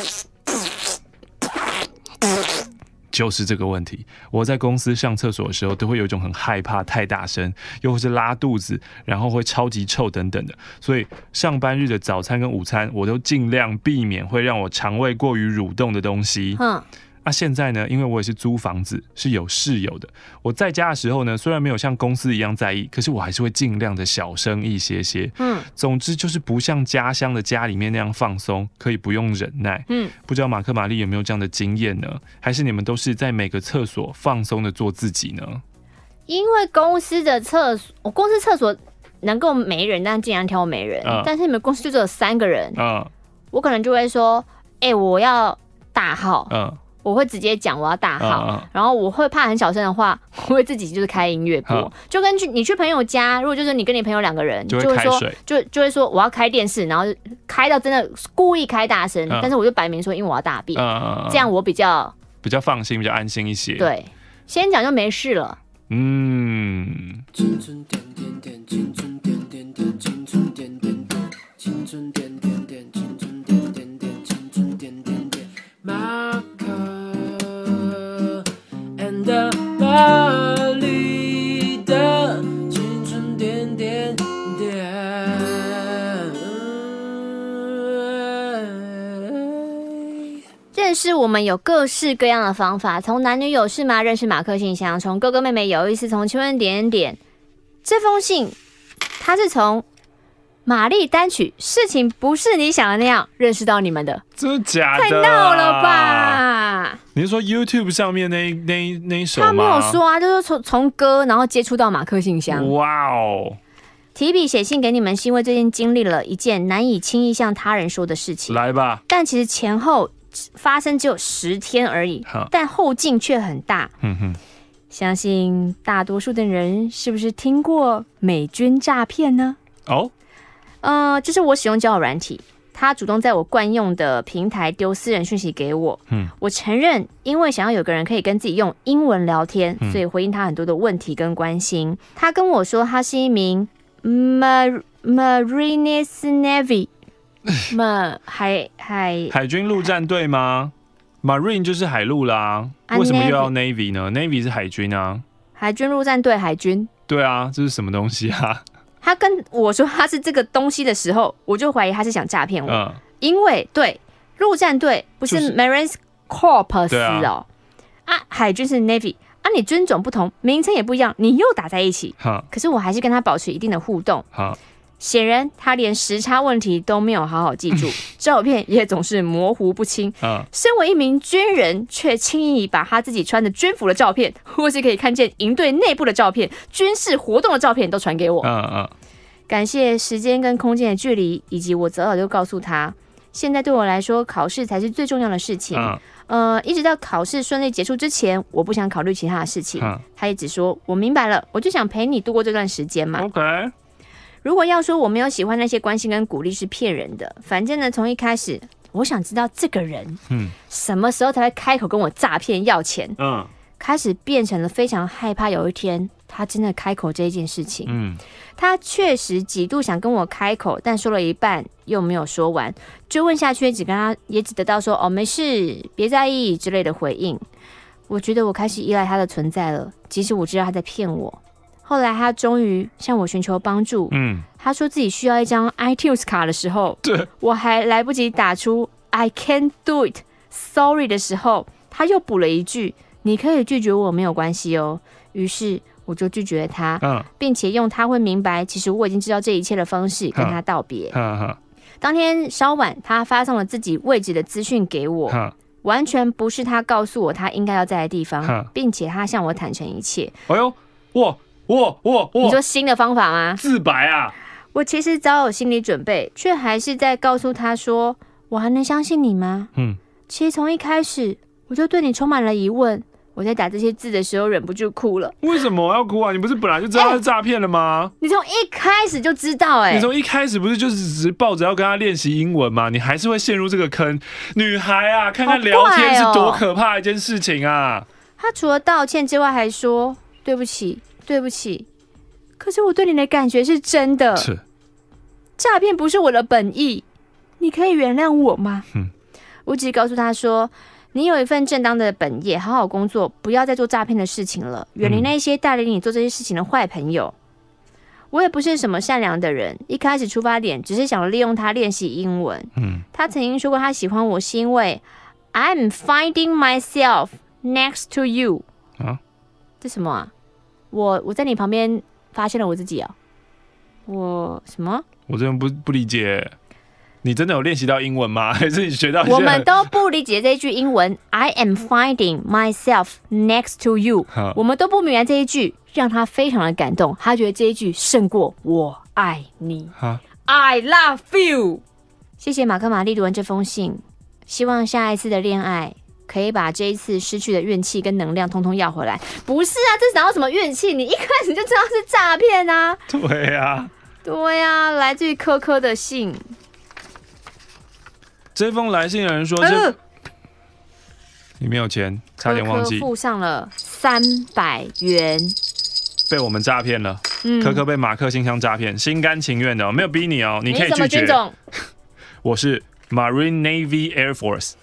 就是这个问题。我在公司上厕所的时候，都会有一种很害怕太大声，又或是拉肚子，然后会超级臭等等的。所以上班日的早餐跟午餐，我都尽量避免会让我肠胃过于蠕动的东西。嗯。那、啊、现在呢，因为我也是租房子，是有室友的。我在家的时候呢，虽然没有像公司一样在意，可是我还是会尽量的小声一些些。嗯，总之就是不像家乡的家里面那样放松，可以不用忍耐。嗯，不知道马克玛丽有没有这样的经验呢？还是你们都是在每个厕所放松的做自己呢？ 因为公司的厕所，我公司厕所能够没人，但尽量挑没人。嗯、但是你们公司就只有三个人，嗯，我可能就会说，哎、欸，我要大号。嗯。我会直接讲我要大号，嗯嗯、然后我会怕很小声的话，我会自己就是开音乐播，嗯、就跟去你去朋友家，如果就是你跟你朋友两个人， 就会开水， 就就会说我要开电视，然后开到真的故意开大声，嗯、但是我就摆明说因为我要大便，嗯、这样我比较比较放心，比较安心一些。 对，先讲就没事了。嗯。青春点点点，青春点点点，青春点点点，青春点点点，青春点点点，青春点点点，马克。玛丽的青春点点点。认识我们有各式各样的方法，从男女有事吗？认识马克信箱，从哥哥妹妹有意思，从青春点点点。这封信，它是从玛丽单曲《事情不是你想的那样》认识到你们的， 真的假的？ 太闹了吧！ 你是说 YouTube 上面那那那一首吗？ 他没有说啊，就是从从歌然后接触到马克信箱。 哇哦！ 提笔写信给你们，是因为最近经历了一件难以轻易向他人说的事情。 来吧。 但其实前后发生只有十天而已，但后劲却很大。嗯哼。相信大多数的人是不是听过美军诈骗呢？哦。呃，就是我使用交友软体，他主动在我惯用的平台丢私人讯息给我。嗯，我承认，因为想要有个人可以跟自己用英文聊天，嗯、所以回应他很多的问题跟关心。他跟我说，他是一名 Mar Marines Navy， 嘛海海海军陆战队吗 ？Marine 就是海陆啦，啊、为什么又要 Navy 呢 ？Navy 是海军啊， 海军陆战队海军。 对啊，这是什么东西啊？ 他跟我说他是这个东西的时候，我就怀疑他是想诈骗我，嗯、因为对陆战队不是 Marines Corps 哦，啊，海军是 Navy 啊，你军种不同，名称也不一样，你又打在一起，可是我还是跟他保持一定的互动。显然他连时差问题都没有好好记住，照片也总是模糊不清。嗯、身为一名军人，却轻易把他自己穿的军服的照片，或是可以看见营队内部的照片、军事活动的照片都传给我。嗯嗯、感谢时间跟空间的距离，以及我早早就告诉他，现在对我来说，考试才是最重要的事情。嗯、呃，一直到考试顺利结束之前，我不想考虑其他的事情。嗯、他也只说我明白了，我就想陪你度过这段时间嘛。 OK。 如果要说我没有喜欢那些关心跟鼓励是骗人的，反正呢，从一开始我想知道这个人，嗯，什么时候才会开口跟我诈骗要钱？嗯， 开始变成了非常害怕有一天他真的开口这一件事情。 嗯， 他确实几度想跟我开口，但说了一半又没有说完，追问下去只跟他也只得到说哦没事，别在意之类的回应。我觉得我开始依赖他的存在了，即使我知道他在骗我。后来他终于向我寻求帮助， 嗯， 他说自己需要一张 iTunes 卡的时候， 对， 我还来不及打出 I can't do it sorry 的时候，他又补了一句你可以拒绝我没有关系哦。于是我就拒绝了他， 嗯， 并且用他会明白其实我已经知道这一切的方式跟他道别。 哈哈， 当天稍晚他发送了自己位置的资讯给我， 哈， 完全不是他告诉我他应该要在的地方哈， 并且他向我坦诚一切。 哎呦，哇哇哇哇！ 你说新的方法吗？ 自白啊！ 我其实早有心理准备，却还是在告诉他说我还能相信你吗？ 嗯， 其实从一开始我就对你充满了疑问。我在打这些字的时候忍不住哭了。 为什么要哭啊？你不是本来就知道他是诈骗了吗？ 你从一开始就知道哎、欸， 你从一开始不是就是只是抱着要跟他练习英文吗？你还是会陷入这个坑。女孩啊，看看聊天是多可怕的一件事情啊！ 他除了道歉之外，还说对不起，对不起。可是我对你的感觉是真的， 是诈骗不是我的本意，你可以原谅我吗？ 嗯， 我只告诉他说。你有一份正当的本业，好好工作，不要再做诈骗的事情了，远离那些带领你做这些事情的坏朋友。我也不是什么善良的人，一开始出发点只是想利用他练习英文。 嗯， 他曾经说过他喜欢我是因为 I'm finding myself next to you。 啊， 这什么啊？我我在你旁边发现了我自己啊！我什么？ 我真的不不理解。你真的有练习到英文吗？还是你学到一些？ 我们都不理解这一句英文 I am finding myself next to you， 我们都不明白这一句，让他非常的感动，他觉得这一句胜过我爱你 I love you。 谢谢马克玛丽读完这封信，希望下一次的恋爱可以把这一次失去的运气跟能量通通要回来。不是啊，这哪有什么运气？你一开始就知道是诈骗啊。 对啊， 对啊，来自于科科的信。 这封来信的人说：“这、呃、你没有钱，差点忘记。” 科科付上了三百元， 被我们诈骗了。 嗯， 科科被马克信箱诈骗，心甘情愿的、哦，没有逼你哦，你可以拒绝。 你什么军种？ 我是 Marine Navy Air Force。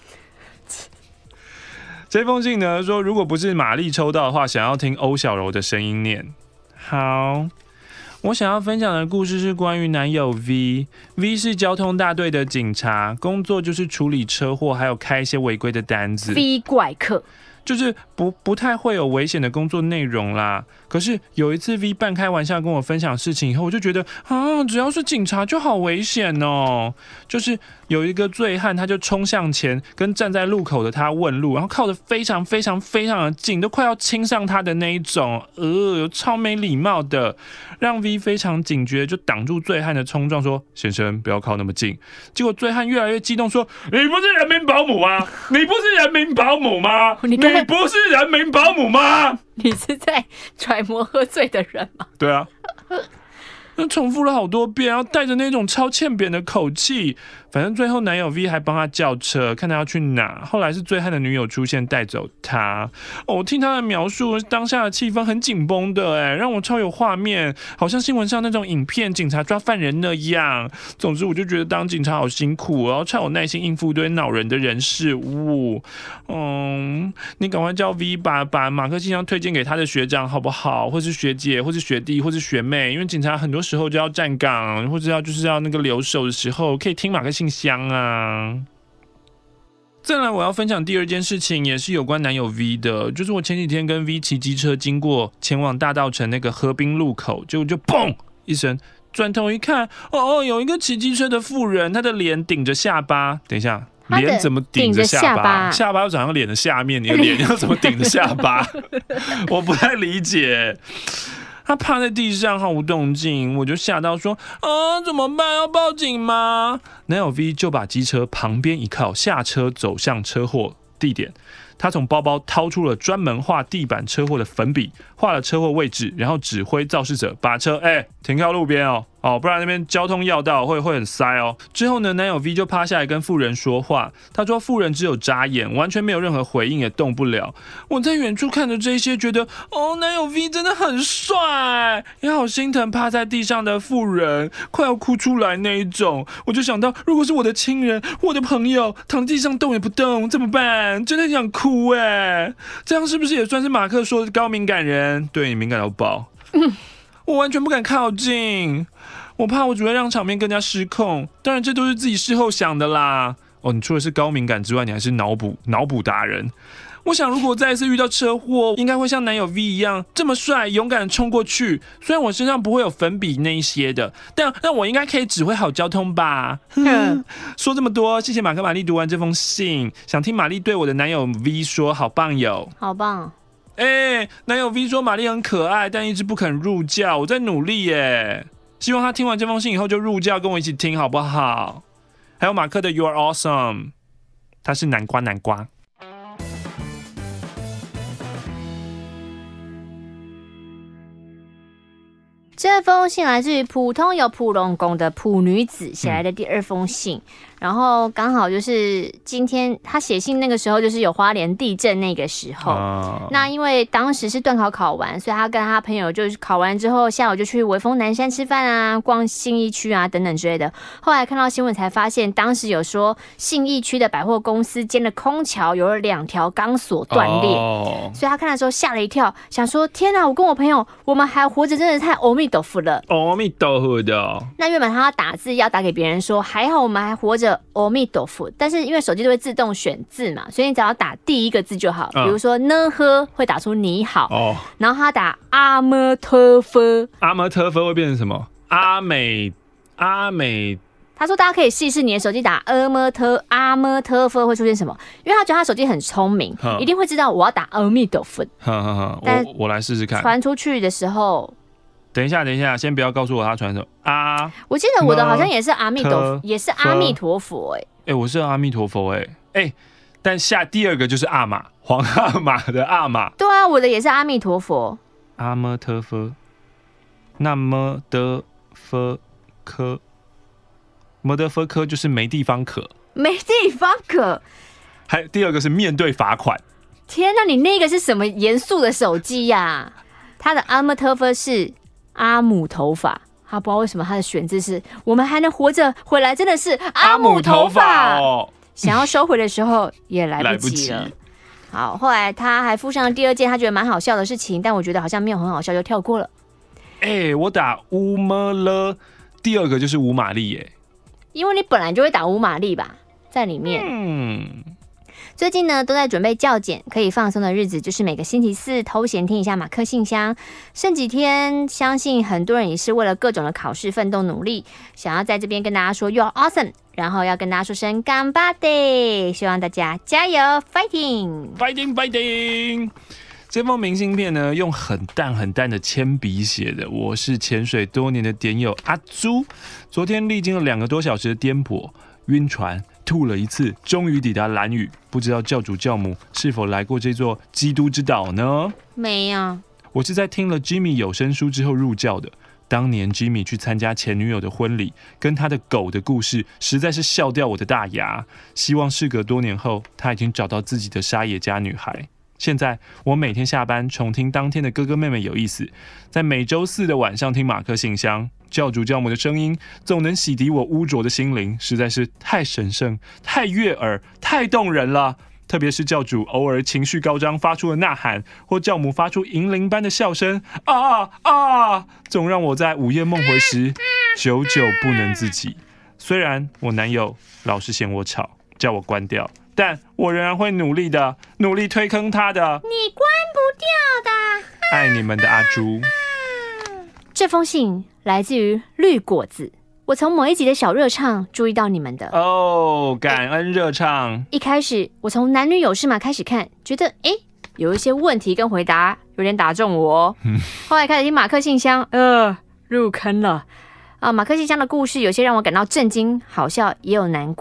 这封信呢说，如果不是玛丽抽到的话，想要听欧小柔的声音念。好。我想要分享的故事是关于男友 V。V 是交通大队的警察，工作就是处理车祸，还有开一些违规的单子。 V 怪客就是不不太会有危险的工作内容啦。可是有一次 V 半开玩笑跟我分享事情以后，我就觉得啊，只要是警察就好危险哦。就是有一个醉汉，他就冲向前，跟站在路口的他问路，然后靠得非常非常非常的近，都快要亲上他的那一种，呃，超没礼貌的，让 V 非常警觉，就挡住醉汉的冲撞，说：“先生，不要靠那么近。”结果醉汉越来越激动，说：“你不是人民保姆吗？你不是人民保姆吗？你不是人民保姆吗？” 你是在揣摩喝醉的人吗？ 对啊。那重复了好多遍，然后带着那种超欠扁的口气。反正最后男友 V 还帮他叫车，看他要去哪。后来是醉汉的女友出现带走他。哦，我听他的描述，当下的气氛很紧绷的，哎，让我超有画面，好像新闻上那种影片警察抓犯人那样。总之，我就觉得当警察好辛苦，然后超有耐心应付一堆恼人的人事物。嗯，你赶快叫 V 把把马克信箱推荐给他的学长好不好？或是学姐，或是学弟，或是学妹，因为警察很多时候就要站岗，或者要就是要那个留守的时候，可以听马克信箱啊。再来，我要分享第二件事情，也是有关男友 V 的，就是我前几天跟 V 骑机车经过前往大稻埕那个河滨路口，结果就嘣一声，转头一看，哦哦，有一个骑机车的妇人，她的脸顶着下巴。等一下，脸怎么顶着下巴？下巴要长在脸的下面，你的脸要怎么顶着下巴？我不太理解。他趴在地上毫无动静，我就吓到说：“啊，怎么办？要报警吗？”男友 V 就把机车旁边一靠，下车走向车祸地点。 他从包包掏出了专门画地板车祸的粉笔，画了车祸位置，然后指挥肇事者把车哎、欸、停靠路边哦。哦，不然那边交通要道会会很塞哦。之后呢，男友 V 就趴下来跟妇人说话，他说妇人只有眨眼，完全没有任何回应，也动不了。我在远处看着这些，觉得哦，男友 V 真的很帅，也好心疼趴在地上的妇人，快要哭出来那一种。我就想到，如果是我的亲人、我的朋友躺地上动也不动，怎么办？真的很想哭哎。这样是不是也算是马克说的高敏感人？对你敏感到爆。嗯，我完全不敢靠近。我怕我只会让场面更加失控，当然这都是自己事后想的啦。哦，你除了是高敏感之外，你还是脑补脑补达人。我想如果再一次遇到车祸，应该会像男友 V 一样这么帅，勇敢冲过去。虽然我身上不会有粉笔那一些的，但但我应该可以指挥好交通吧。嗯、说这么多，谢谢马克玛丽读完这封信，想听玛丽对我的男友 V 说，好棒哟， 好棒。 哎、欸，男友 V 说玛丽很可爱，但一直不肯入教，我在努力耶。希望他听完这封信以后就入教，跟我一起听好不好？还有马克的 You are awesome， 他是南瓜南瓜。 这封信来自于普通有普龙宫的普女子写来的第二封信，嗯、然后刚好就是今天他写信那个时候，就是有花莲地震那个时候。哦、那因为当时是段考考完，所以他跟他朋友就是考完之后，下午就去微风南山吃饭啊，逛信义区啊等等之类的。后来看到新闻才发现，当时有说信义区的百货公司间的空桥有了两条钢索断裂，哦、所以他看的时候吓了一跳，想说天哪，我跟我朋友我们还活着，真的太阿弥陀佛了。 阿弥陀佛的。那原本他要打字要打给别人说还好我们还活着，阿弥陀佛，但是因为手机都会自动选字嘛，所以你只要打第一个字就好。嗯、比如说呢呵会打出你好，哦、然后他打阿摩特佛， 阿摩特佛会变成什么？阿美阿美。 他说大家可以试一试你的手机打阿摩特阿摩特佛会出现什么，因为他觉得他手机很聪明，一定会知道我要打阿弥陀佛。 我我来试试看。 传出去的时候。 等一下，等一下，先不要告诉我他传什么啊！ 我记得我的好像也是阿弥陀佛，也是阿弥陀佛哎、欸。 哎、欸，我是阿弥陀佛哎、欸、哎、欸，但下第二个就是阿玛，皇阿玛的阿玛。 对啊，我的也是阿弥陀佛。 阿摩特佛，那么的佛科，摩德佛科就是没地方可， 没地方可。 还第二个是面对罚款。 天哪，你那个是什么严肃的手机呀、啊？他的阿摩特佛是。阿姆头发，他不知道为什么他的选字是我们还能活着回来，真的是阿姆头发哦。想要收回的时候也来不及了。好，后来他还附上了第二件他觉得蛮好笑的事情，但我觉得好像没有很好笑，就跳过了。 哎、欸，我打乌么了，第二个就是吴玛丽耶， 因为你本来就会打吴玛丽吧，在里面。嗯。最近呢，都在准备校检，可以放松的日子就是每个星期四偷闲听一下马克信箱。剩几天，相信很多人也是为了各种的考试奋斗努力，想要在这边跟大家说 You are awesome， 然后要跟大家说声干巴爹，希望大家加油 ，fighting fighting fighting。这封明信片呢，用很淡很淡的铅笔写的。我是潜水多年的点友阿朱，昨天历经了两个多小时的颠簸、晕船。吐了一次，终于抵达兰屿。不知道教主教母是否来过这座基督之岛呢？ 没有。 我是在听了 Jimmy 有声书之后入教的。当年 Jimmy 去参加前女友的婚礼，跟他的狗的故事，实在是笑掉我的大牙。希望事隔多年后，他已经找到自己的沙野家女孩。现在我每天下班重听当天的哥哥妹妹有意思，在每周四的晚上听马克信箱。教主教母的声音总能洗涤我污浊的心灵，实在是太神圣、太悦耳、太动人了。特别是教主偶尔情绪高涨发出的呐喊，或教母发出银铃般的笑声，啊啊，总让我在午夜梦回时久久不能自己。虽然我男友老是嫌我吵，叫我关掉，但我仍然会努力的，努力推坑他的。 你关不掉的。 爱你们的阿朱。 这封信来自于绿果子，我从某一集的小热唱注意到你们的哦，感恩热唱。 一开始我从男女有事嘛开始看，觉得哎有一些问题跟回答有点打中我、哦嗯、后来开始听马克信箱，呃，入坑了啊！马克信箱的故事有些让我感到震惊、好笑，也有难过，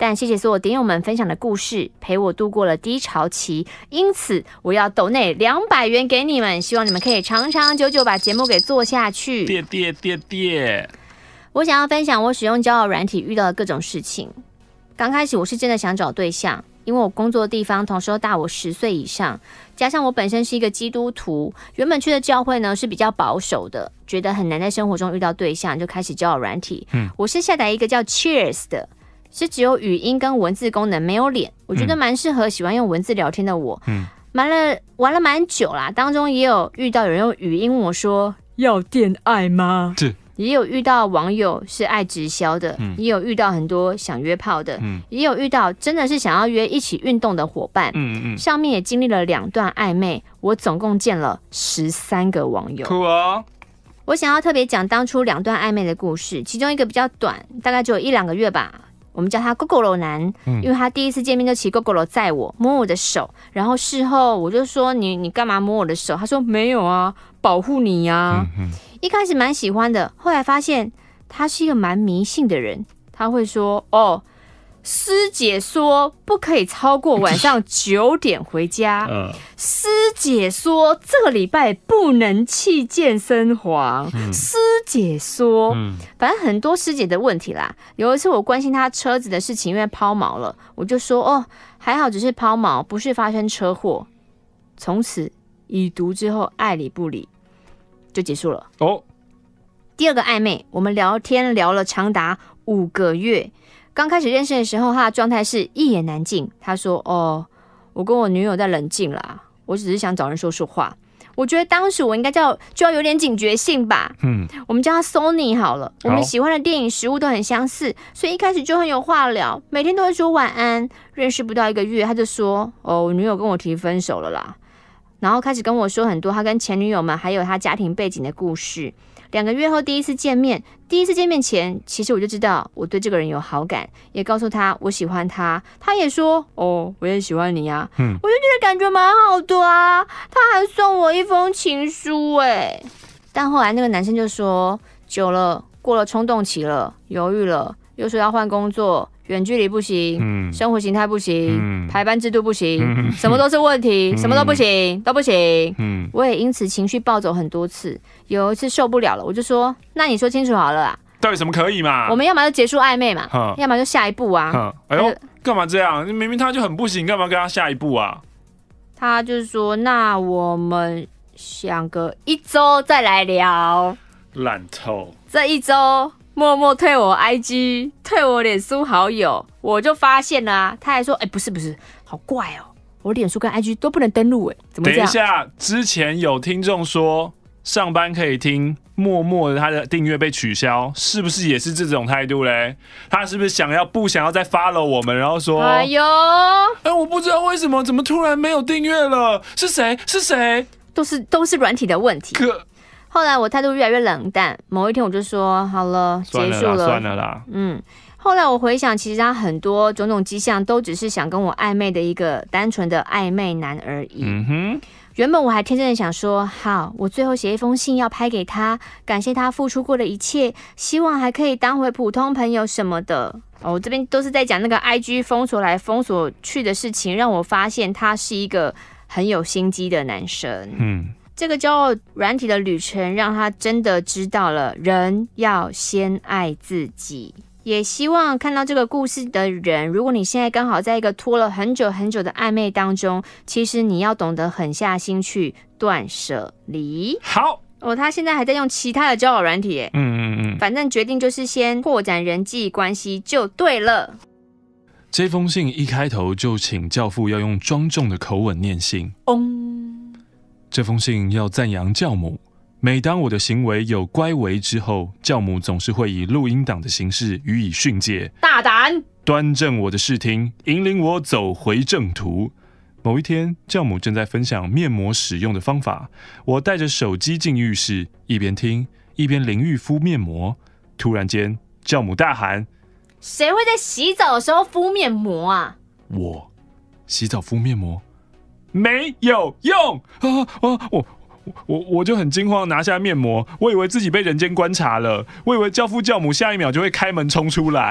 但谢谢所有点友们分享的故事，陪我度过了低潮期，因此我要抖内两百元给你们，希望你们可以长长久久把节目给做下去。 爹爹爹爹， 我想要分享我使用交友软体遇到的各种事情。刚开始我是真的想找对象，因为我工作的地方同事都大我十岁以上，加上我本身是一个基督徒，原本去的教会呢是比较保守的，觉得很难在生活中遇到对象，就开始交友软体。嗯，我是下载一个叫 Cheers 的，是只有语音跟文字功能，没有脸，我觉得蛮适合喜欢用文字聊天的我。嗯，玩了玩了蛮久啦，当中也有遇到有人用语音问我说要恋爱吗？是。也有遇到网友是爱直销的，嗯、也有遇到很多想约炮的，嗯、也有遇到真的是想要约一起运动的伙伴。嗯嗯，上面也经历了两段暧昧，我总共见了十三个网友。酷啊！我想要特别讲当初两段暧昧的故事，其中一个比较短，大概只有一两个月吧。我们叫他 Gogoro 男，嗯、因为他第一次见面就骑 Gogoro 载我，摸我的手，然后事后我就说你你干嘛摸我的手？他说没有啊，保护你呀、啊。嗯嗯，一开始蛮喜欢的，后来发现他是一个蛮迷信的人，他会说哦，师姐说不可以超过晚上九点回家，嗯、师姐说这个礼拜不能去健身房，嗯、师姐说，嗯、反正很多师姐的问题啦。有一次我关心他车子的事情，因为抛锚了，我就说哦，还好只是抛锚，不是发生车祸。从此已读之后爱理不理。就结束了哦。第二个暧昧，我们聊天聊了长达五个月。刚开始认识的时候，他的状态是一言难尽。他说：“哦，我跟我女友在冷静啦，我只是想找人说说话。”我觉得当时我应该叫就要有点警觉性吧。嗯，我们叫他 Sony 好了。我们喜欢的电影、食物都很相似，所以一开始就很有话聊，每天都会说晚安。认识不到一个月，他就说：“哦，我女友跟我提分手了啦。”然后开始跟我说很多他跟前女友们还有他家庭背景的故事。两个月后第一次见面，第一次见面前，其实我就知道我对这个人有好感，也告诉他我喜欢他，他也说哦，我也喜欢你啊。嗯，我就觉得感觉蛮好的啊。他还送我一封情书哎，但后来那个男生就说久了，过了冲动期了，犹豫了，又说要换工作。远距离不行，嗯、生活形态不行，嗯、排班制度不行，嗯、什么都是问题，嗯、什么都不行，都不行。嗯、我也因此情绪暴走很多次，有一次受不了了，我就说：“那你说清楚好了啦， 到底什么可以嘛？ 我们要么就结束暧昧嘛，要么就下一步啊。” 哎呦，干嘛这样？明明他就很不行，干嘛跟他下一步啊？ 他就说：“那我们想个一周再来聊。” 烂透！ 这一周。默默退我 I G， 退我脸书好友，我就发现了啊，他还说，哎、欸，不是不是，好怪哦，我脸书跟 I G 都不能登录，哎，怎么这样？ 等一下，之前有听众说上班可以听，默默的他的订阅被取消，是不是也是这种态度嘞？他是不是想要不想要再 follow 我们，然后说， 哎呦， 哎，我不知道为什么，怎么突然没有订阅了？是谁？是谁？ 都是都是软体的问题。可后来我态度越来越冷淡，某一天我就说好了，结束了， 算了啦。 嗯，后来我回想，其实他很多种种迹象都只是想跟我暧昧的一个单纯的暧昧男而已。嗯哼，原本我还天真的想说，好，我最后写一封信要拍给他，感谢他付出过的一切，希望还可以当回普通朋友什么的。哦，我这边都是在讲那个 I G 封锁来封锁去的事情，让我发现他是一个很有心机的男生。嗯。这个交友软体的旅程让他真的知道了人要先爱自己，也希望看到这个故事的人，如果你现在刚好在一个拖了很久很久的暧昧当中，其实你要懂得狠下心去断舍离。 好哦，他现在还在用其他的交友软体耶，嗯嗯嗯，反正决定就是先扩展人际关系就对了。 这封信一开头就请教父要用庄重的口吻念信。嗯这封信要赞扬教母，每当我的行为有乖违之后，教母总是会以录音档的形式予以训诫， 大胆端正我的视听，引领我走回正途。某一天，教母正在分享面膜使用的方法，我带着手机进浴室，一边听一边淋浴敷面膜。突然间，教母大喊：“ 谁会在洗澡的时候敷面膜啊？” 我洗澡敷面膜。没有用啊！我我我我就很惊慌，拿下面膜，我以为自己被人间观察了，我以为教父教母下一秒就会开门冲出来。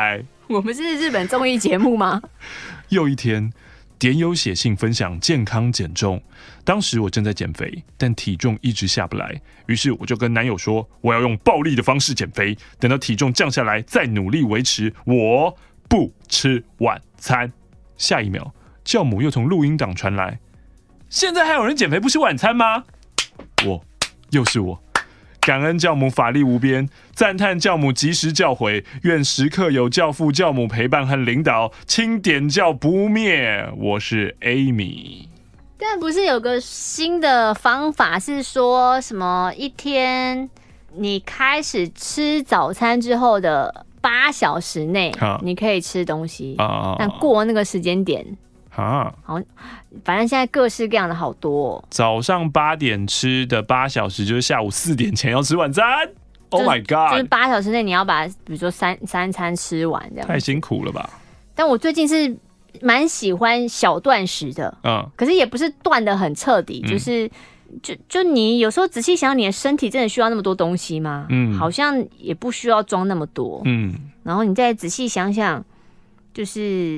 我们是日本综艺节目吗？ 又一天，点友写信分享健康减重。当时我正在减肥，但体重一直下不来，于是我就跟男友说，我要用暴力的方式减肥，等到体重降下来再努力维持。我不吃晚餐。下一秒，教母又从录音档传来：现在还有人减肥不吃晚餐吗？我，又是我。感恩教母法力无边，赞叹教母及时教诲，愿时刻有教父教母陪伴和领导，清点教不灭。我是 Amy。 但不是有个新的方法是说什么一天你开始吃早餐之后的八小时内你可以吃东西，啊、但过那个时间点啊，好，反正现在各式各样的好多、哦。 早上八点吃的八小时，就是下午四点前要吃晚餐。Oh my god！ 就是八小时内你要把，比如说三三餐吃完，这样太辛苦了吧？ 但我最近是蛮喜欢小断食的，嗯，可是也不是断得很彻底，嗯、就是就就你有时候仔细想想，你的身体真的需要那么多东西吗？嗯，好像也不需要装那么多，嗯，然后你再仔细想想，就是。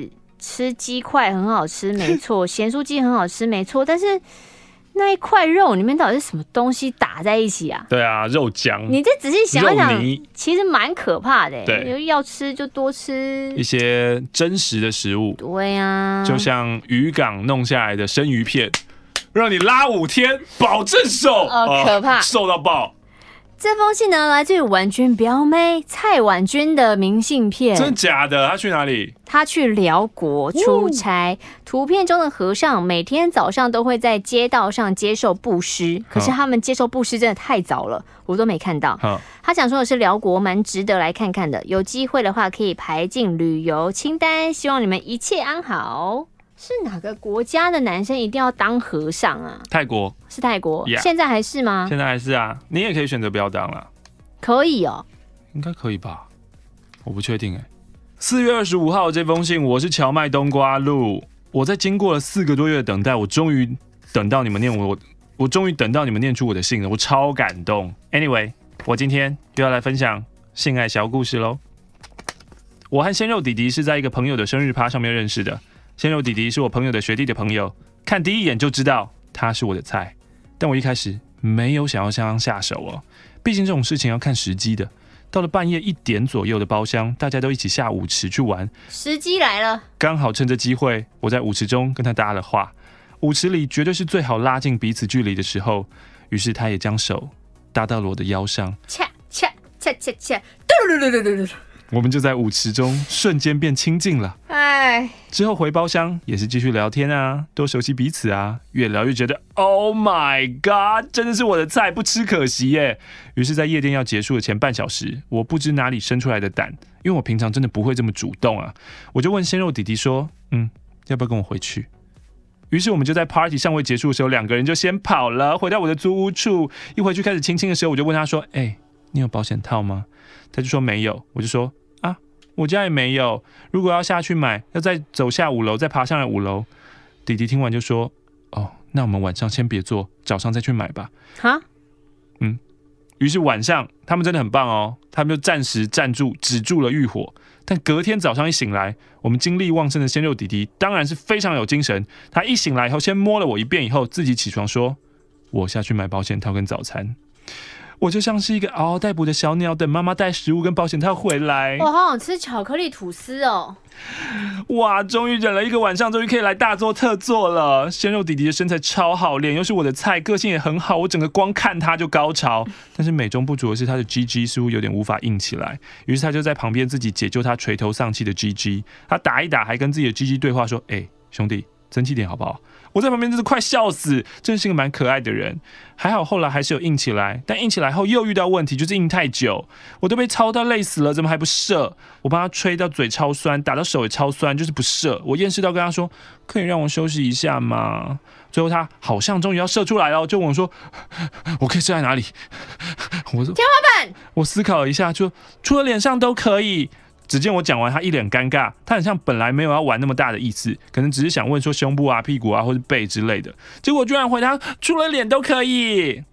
吃鸡块很好吃，没错，咸酥鸡很好吃，没错，但是那一块肉里面到底是什么东西打在一起啊？ 对啊，肉浆。 你再仔细想想，其实蛮可怕的。对，要吃就多吃一些真实的食物。 对啊， 就像渔港弄下来的生鱼片，让你拉五天，保证瘦。 哦，可怕， 瘦到爆。 这封信呢，来自于婉君表妹蔡婉君的明信片。 真的假的？她去哪里？ 她去辽国出差。图片中的和尚每天早上都会在街道上接受布施，可是他们接受布施真的太早了，我都没看到。他想说的是辽国蛮值得来看看的，有机会的话可以排进旅游清单。希望你们一切安好。是哪个国家的男生一定要当和尚啊？ 泰国。 是泰国， yeah. 现在还是吗？ 现在还是啊，你也可以选择不要当啦。 可以哦， 应该可以吧？我不确定哎。四月二十五号这封信，我是荞麦冬瓜露。我在经过了四个多月的等待，我终于等到你们念我，我终于等到你们念出我的信了，我超感动。Anyway， 我今天又要来分享性爱小故事喽。我和鲜肉弟弟是在一个朋友的生日趴上面认识的。鲜肉弟弟是我朋友的学弟的朋友，看第一眼就知道他是我的菜，但我一开始没有想要向他下手哦，毕竟这种事情要看时机的。到了半夜一点左右的包厢，大家都一起下舞池去玩， 时机来了， 刚好趁着机会，我在舞池中跟他搭了话。舞池里绝对是最好拉近彼此距离的时候，于是他也将手搭到了我的腰上， 恰恰恰恰恰， 我们就在舞池中瞬间变亲近了。哎，之后回包厢也是继续聊天啊，多熟悉彼此啊，越聊越觉得 Oh my God， 真的是我的菜，不吃可惜耶。于是，在夜店要结束的前半小时，我不知哪里生出来的胆，因为我平常真的不会这么主动啊，我就问鲜肉弟弟说，嗯，要不要跟我回去？于是我们就在 party 尚未结束的时候，两个人就先跑了，回到我的租屋处。一回去开始亲亲的时候，我就问他说，哎、欸，你有保险套吗？他就说没有，我就说。我家也没有，如果要下去买，要再走下五楼，再爬上来五楼。弟弟听完就说：“哦，那我们晚上先别做，早上再去买吧。”哈，嗯。于是晚上他们真的很棒哦，他们就暂时站住，止住了欲火。但隔天早上一醒来，我们精力旺盛的鲜肉弟弟当然是非常有精神。他一醒来以后，先摸了我一遍以后，自己起床说：“我下去买保险套跟早餐。”我就像是一个嗷嗷待哺的小鸟，等妈妈带食物跟保险套回来。 我好想吃巧克力吐司哦！ 哇，终于忍了一个晚上，终于可以来大做特做了。鲜肉弟弟的身材超好，脸又是我的菜，个性也很好，我整个光看他就高潮。但是美中不足的是，他的 G G 似乎有点无法硬起来，于是他就在旁边自己解救他垂头丧气的 G G。他打一打，还跟自己的 G G 对话说：“哎、欸，兄弟，争气点好不好？”我在旁边真是快笑死，真是个蛮可爱的人。还好后来还是有硬起来，但硬起来后又遇到问题，就是硬太久，我都被操到累死了，怎么还不射？我帮他吹到嘴超酸，打到手也超酸，就是不射。我厌世到跟他说：“可以让我休息一下吗？”最后他好像终于要射出来了，就问我说：“我可以射在哪里？”我说：“ 天花板。” 我思考了一下，就除了脸上都可以。只见我讲完，他一脸尴尬，他很像本来没有要玩那么大的意思，可能只是想问说胸部啊、屁股啊或是背之类的，结果居然回答除了脸都可以。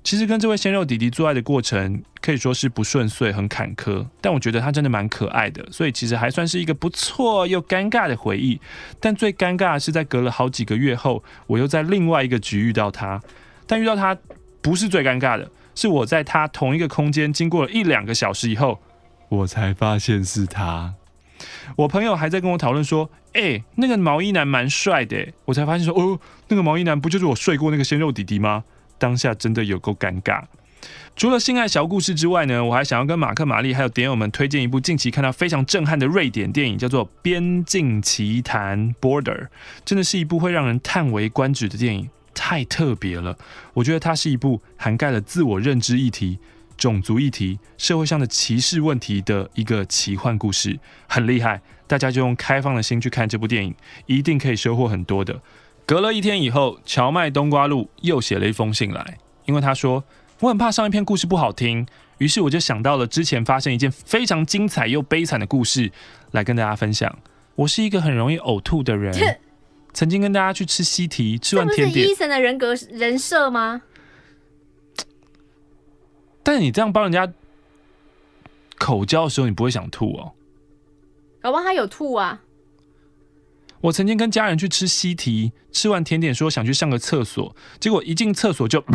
其实跟这位鲜肉弟弟做爱的过程可以说是不顺遂，很坎坷，但我觉得他真的蛮可爱的，所以其实还算是一个不错又尴尬的回忆。但最尴尬的是在隔了好几个月后，我又在另外一个局遇到他，但遇到他不是最尴尬的，是我在他同一个空间经过了一两个小时以后，我才发现是他。我朋友还在跟我讨论说，哎、欸，那个毛衣男蛮帅的，我才发现说，哦，那个毛衣男不就是我睡过那个鲜肉弟弟吗？当下真的有够尴尬。除了性爱小故事之外呢，我还想要跟马克、玛丽还有点友们推荐一部近期看到非常震撼的瑞典电影，叫做《边境奇谈》 （Border）， 真的是一部会让人叹为观止的电影，太特别了。我觉得它是一部涵盖了自我认知议题、种族议题、社会上的歧视问题的一个奇幻故事，很厉害。大家就用开放的心去看这部电影，一定可以收获很多的。隔了一天以后，荞麦冬瓜露又写了一封信来，因为他说我很怕上一篇故事不好听，于是我就想到了之前发生一件非常精彩又悲惨的故事来跟大家分享。我是一个很容易呕吐的人，曾经跟大家去吃西提，吃完甜点， 这不是医生的人格人设吗？ 但你这样帮人家口交的时候，你不会想吐哦？ 搞不好他有吐啊。 我曾经跟家人去吃西提，吃完甜点说想去上个厕所，结果一进厕所就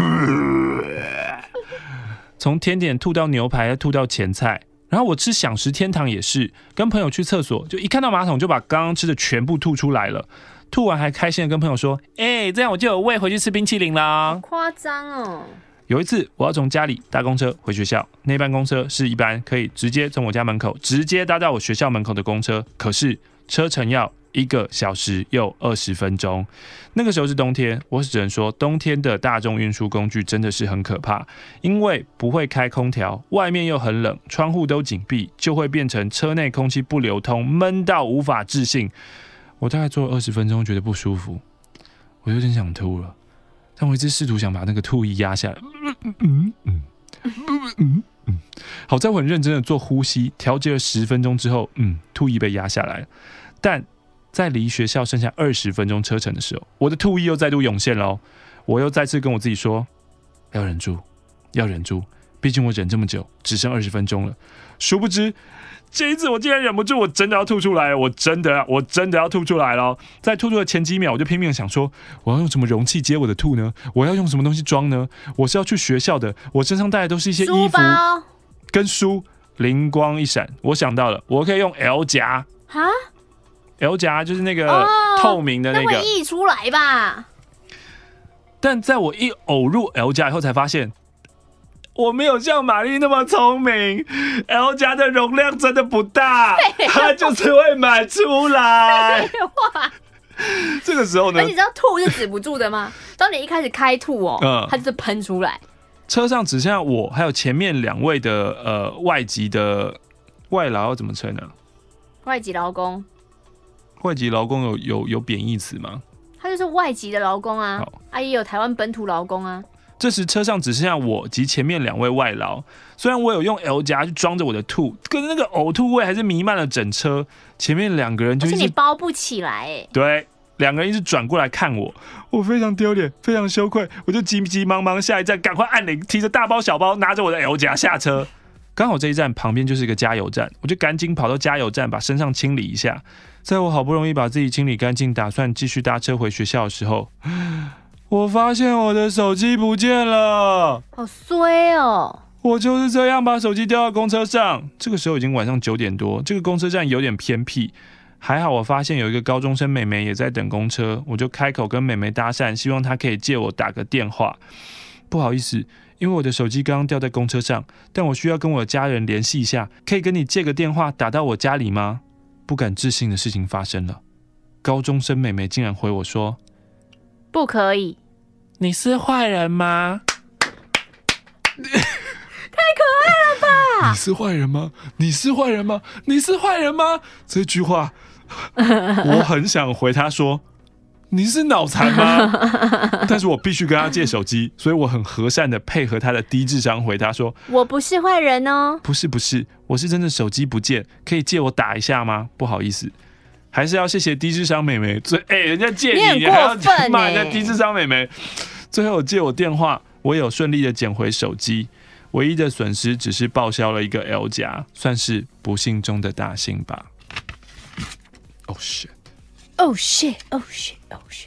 从甜点吐到牛排，再吐到前菜。然后我吃享食天堂也是，跟朋友去厕所，就一看到马桶就把刚刚吃的全部吐出来了。吐完还开心的跟朋友说：“哎、欸，这样我就有胃回去吃冰淇淋啦。” 夸张哦！ 有一次我要从家里搭公车回学校，那班公车是一班可以直接从我家门口直接搭到我学校门口的公车，可是车程要一个小时又二十分钟。那个时候是冬天，我只能说冬天的大众运输工具真的是很可怕，因为不会开空调，外面又很冷，窗户都紧闭，就会变成车内空气不流通，闷到无法置信。我大概坐了二十分钟，觉得不舒服，我有点想吐了，但我一直试图想把那个吐意压下来。嗯嗯嗯嗯嗯，好在我很认真的做呼吸，调节了十分钟之后，嗯，吐意被压下来了。但在离学校剩下二十分钟车程的时候，我的吐意又再度涌现了哦。我又再次跟我自己说，要忍住，要忍住，毕竟我忍这么久，只剩二十分钟了。殊不知，这一次我竟然忍不住，我真的要吐出来了，我真的，我真的要吐出来了。在吐出的前几秒，我就拼命想说，我要用什么容器接我的吐呢？我要用什么东西装呢？我是要去学校的，我身上带的都是一些衣服跟书。灵光一闪，我想到了，我可以用 L 夹。哈 ？L 夹就是那个透明的那个， 那会溢出来吧？ 但在我一呕入 L 夹以后，才发现我没有像玛丽那么聪明 ，L 夹的容量真的不大，它就是会满出来。这个时候呢， 而且你知道吐是止不住的吗？当你一开始开吐哦，嗯、它就是喷出来。 车上只剩下我，还有前面两位的呃外籍的外劳，要怎么称呢？ 外籍劳工。 外籍劳工有有有贬义词吗？ 他就是外籍的劳工啊，啊也有台湾本土劳工啊。 这时车上只剩下我及前面两位外劳，虽然我有用 L 夹去装着我的吐，可是那个呕吐味还是弥漫了整车。前面两个人就一直， 而且你包不起来哎。 对，两个人一直转过来看我，我非常丢脸，非常羞愧，我就急急忙忙下一站赶快按铃，提着大包小包，拿着我的 L 夹下车。刚好这一站旁边就是一个加油站，我就赶紧跑到加油站把身上清理一下。在我好不容易把自己清理干净，打算继续搭车回学校的时候，我发现我的手机不见了， 好衰哦！ 我就是这样把手机丢到公车上。这个时候已经晚上九点多，这个公车站有点偏僻，还好我发现有一个高中生妹妹也在等公车，我就开口跟妹妹搭讪，希望她可以借我打个电话。不好意思，因为我的手机刚刚掉在公车上，但我需要跟我的家人联系一下，可以跟你借个电话打到我家里吗？不敢置信的事情发生了，高中生妹妹竟然回我说：“ 不可以。” 你是坏人吗？ 太可爱了吧！ 你是坏人吗？你是坏人吗？你是坏人吗？这句话，我很想回他说：“你是脑残吗？”但是我必须跟他借手机，所以我很和善的配合他的低智商回答说：“ 我不是坏人哦。”不是不是，我是真的手机不见，可以借我打一下吗？不好意思。还是要谢谢低智商妹妹，最哎、欸，人家借你， 你很过分、欸， 你还要骂人家低智商妹妹。最后借我电话， 我有顺利的捡回手机，唯一的损失只是报销了一个 L 夹，算是不幸中的大幸吧。Oh shit! Oh shit! Oh shit! Oh shit!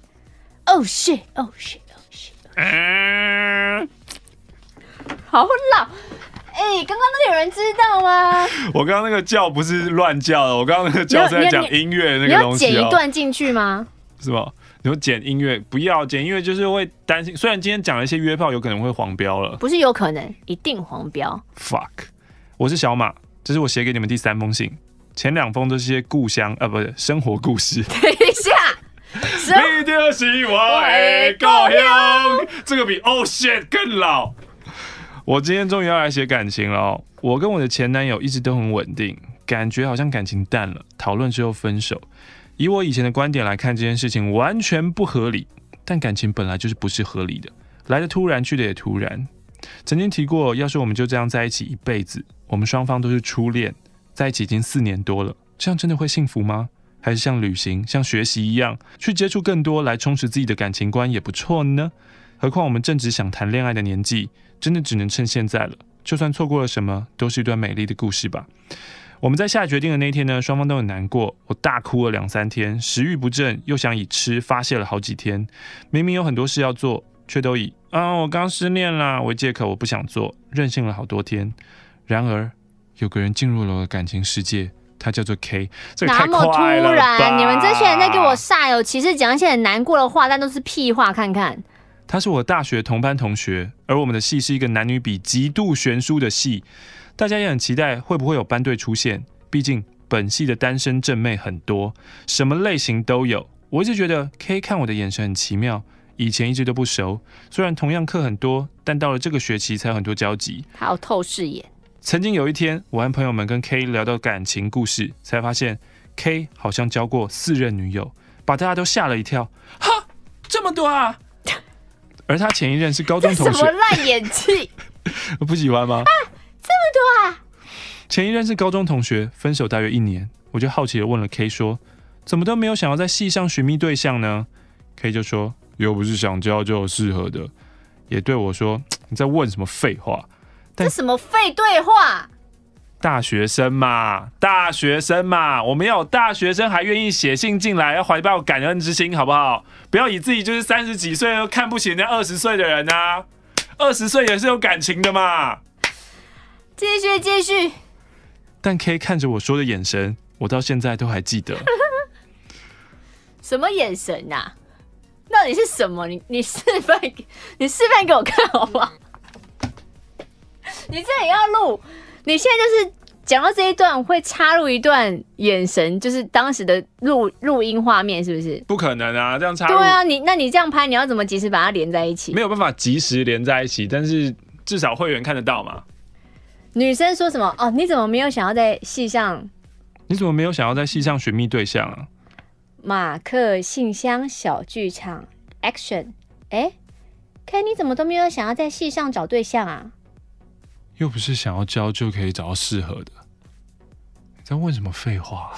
Oh shit! Oh shit! Oh shit! 嗯， 好老。哎、欸，刚刚那个有人知道吗？ 我刚刚那个叫不是乱叫的，我刚刚那个叫是在讲音乐那个东西、哦、 你要剪一段进去吗？ 是吗？你说剪音乐，不要剪音乐，就是会担心。虽然今天讲了一些约炮，有可能会黄标了， 不是有可能，一定黄标。 Fuck！ 我是小马，这是我写给你们第三封信，前两封都是些故乡啊，不是生活故事。 等一下， 你就是我的故乡，这个比 Oh shit 更老。我今天终于要来写感情了、哦。我跟我的前男友一直都很稳定，感觉好像感情淡了，讨论之后分手。以我以前的观点来看，这件事情完全不合理。但感情本来就是不是合理的，来的突然，去的也突然。曾经提过，要是我们就这样在一起一辈子，我们双方都是初恋，在一起已经四年多了，这样真的会幸福吗？还是像旅行、像学习一样，去接触更多，来充实自己的感情观也不错呢？何况我们正值想谈恋爱的年纪，真的只能趁现在了。就算错过了什么，都是一段美丽的故事吧。我们在下决定的那一天呢，双方都很难过，我大哭了两三天，食欲不振，又想以吃发泄了好几天。明明有很多事要做，却都以啊我刚失恋啦为借口，我不想做，任性了好多天。然而，有个人进入了我的感情世界。他叫做 K， 这个太快了吧， 那么突然，你们这些人在给我煞有其事讲一些很难过的话，但都是屁话。看看， 他是我大学同班同学，而我们的系是一个男女比极度悬殊的系，大家也很期待会不会有班队出现。毕竟本系的单身正妹很多，什么类型都有。我一直觉得 K 看我的眼神很奇妙，以前一直都不熟，虽然同样课很多，但到了这个学期才有很多交集。 还有透视眼。 曾经有一天，我和朋友们跟 K 聊到感情故事，才发现 K 好像交过四任女友，把大家都吓了一跳。哈，这么多啊！而他前一任是高中同学， 什么烂演技？ 不喜欢吗？ 啊，这么多啊！ 前一任是高中同学，分手大约一年，我就好奇的问了 K 说，怎么都没有想要在系上寻觅对象呢 ？K 就说，又不是想交就有适合的，也对我说，你在问什么废话？ 这什么废对话？ 大学生嘛，大学生嘛，我们要有大学生还愿意写信进来，要怀抱感恩之心，好不好？不要以自己就是三十几岁又看不起人家二十岁的人啊！二十岁也是有感情的嘛。 继续继续。 但 K 看着我说的眼神，我到现在都还记得。 什么眼神啊？到底是什么？你你示范，你示范给我看好不好？你这也要录？你现在就是讲到这一段会插入一段眼神，就是当时的录录音画面，是不是？ 不可能啊，这样插入。 对啊，你那你这样拍，你要怎么及时把它连在一起？ 没有办法及时连在一起，但是至少会员看得到嘛。 女生说什么？哦，你怎么没有想要在戏上？ 你怎么没有想要在戏上寻觅对象啊？ 马克信箱小剧场 Action， 哎 ，K 你怎么都没有想要在戏上找对象啊？ 又不是想要交就可以找到适合的，你在问什么废话？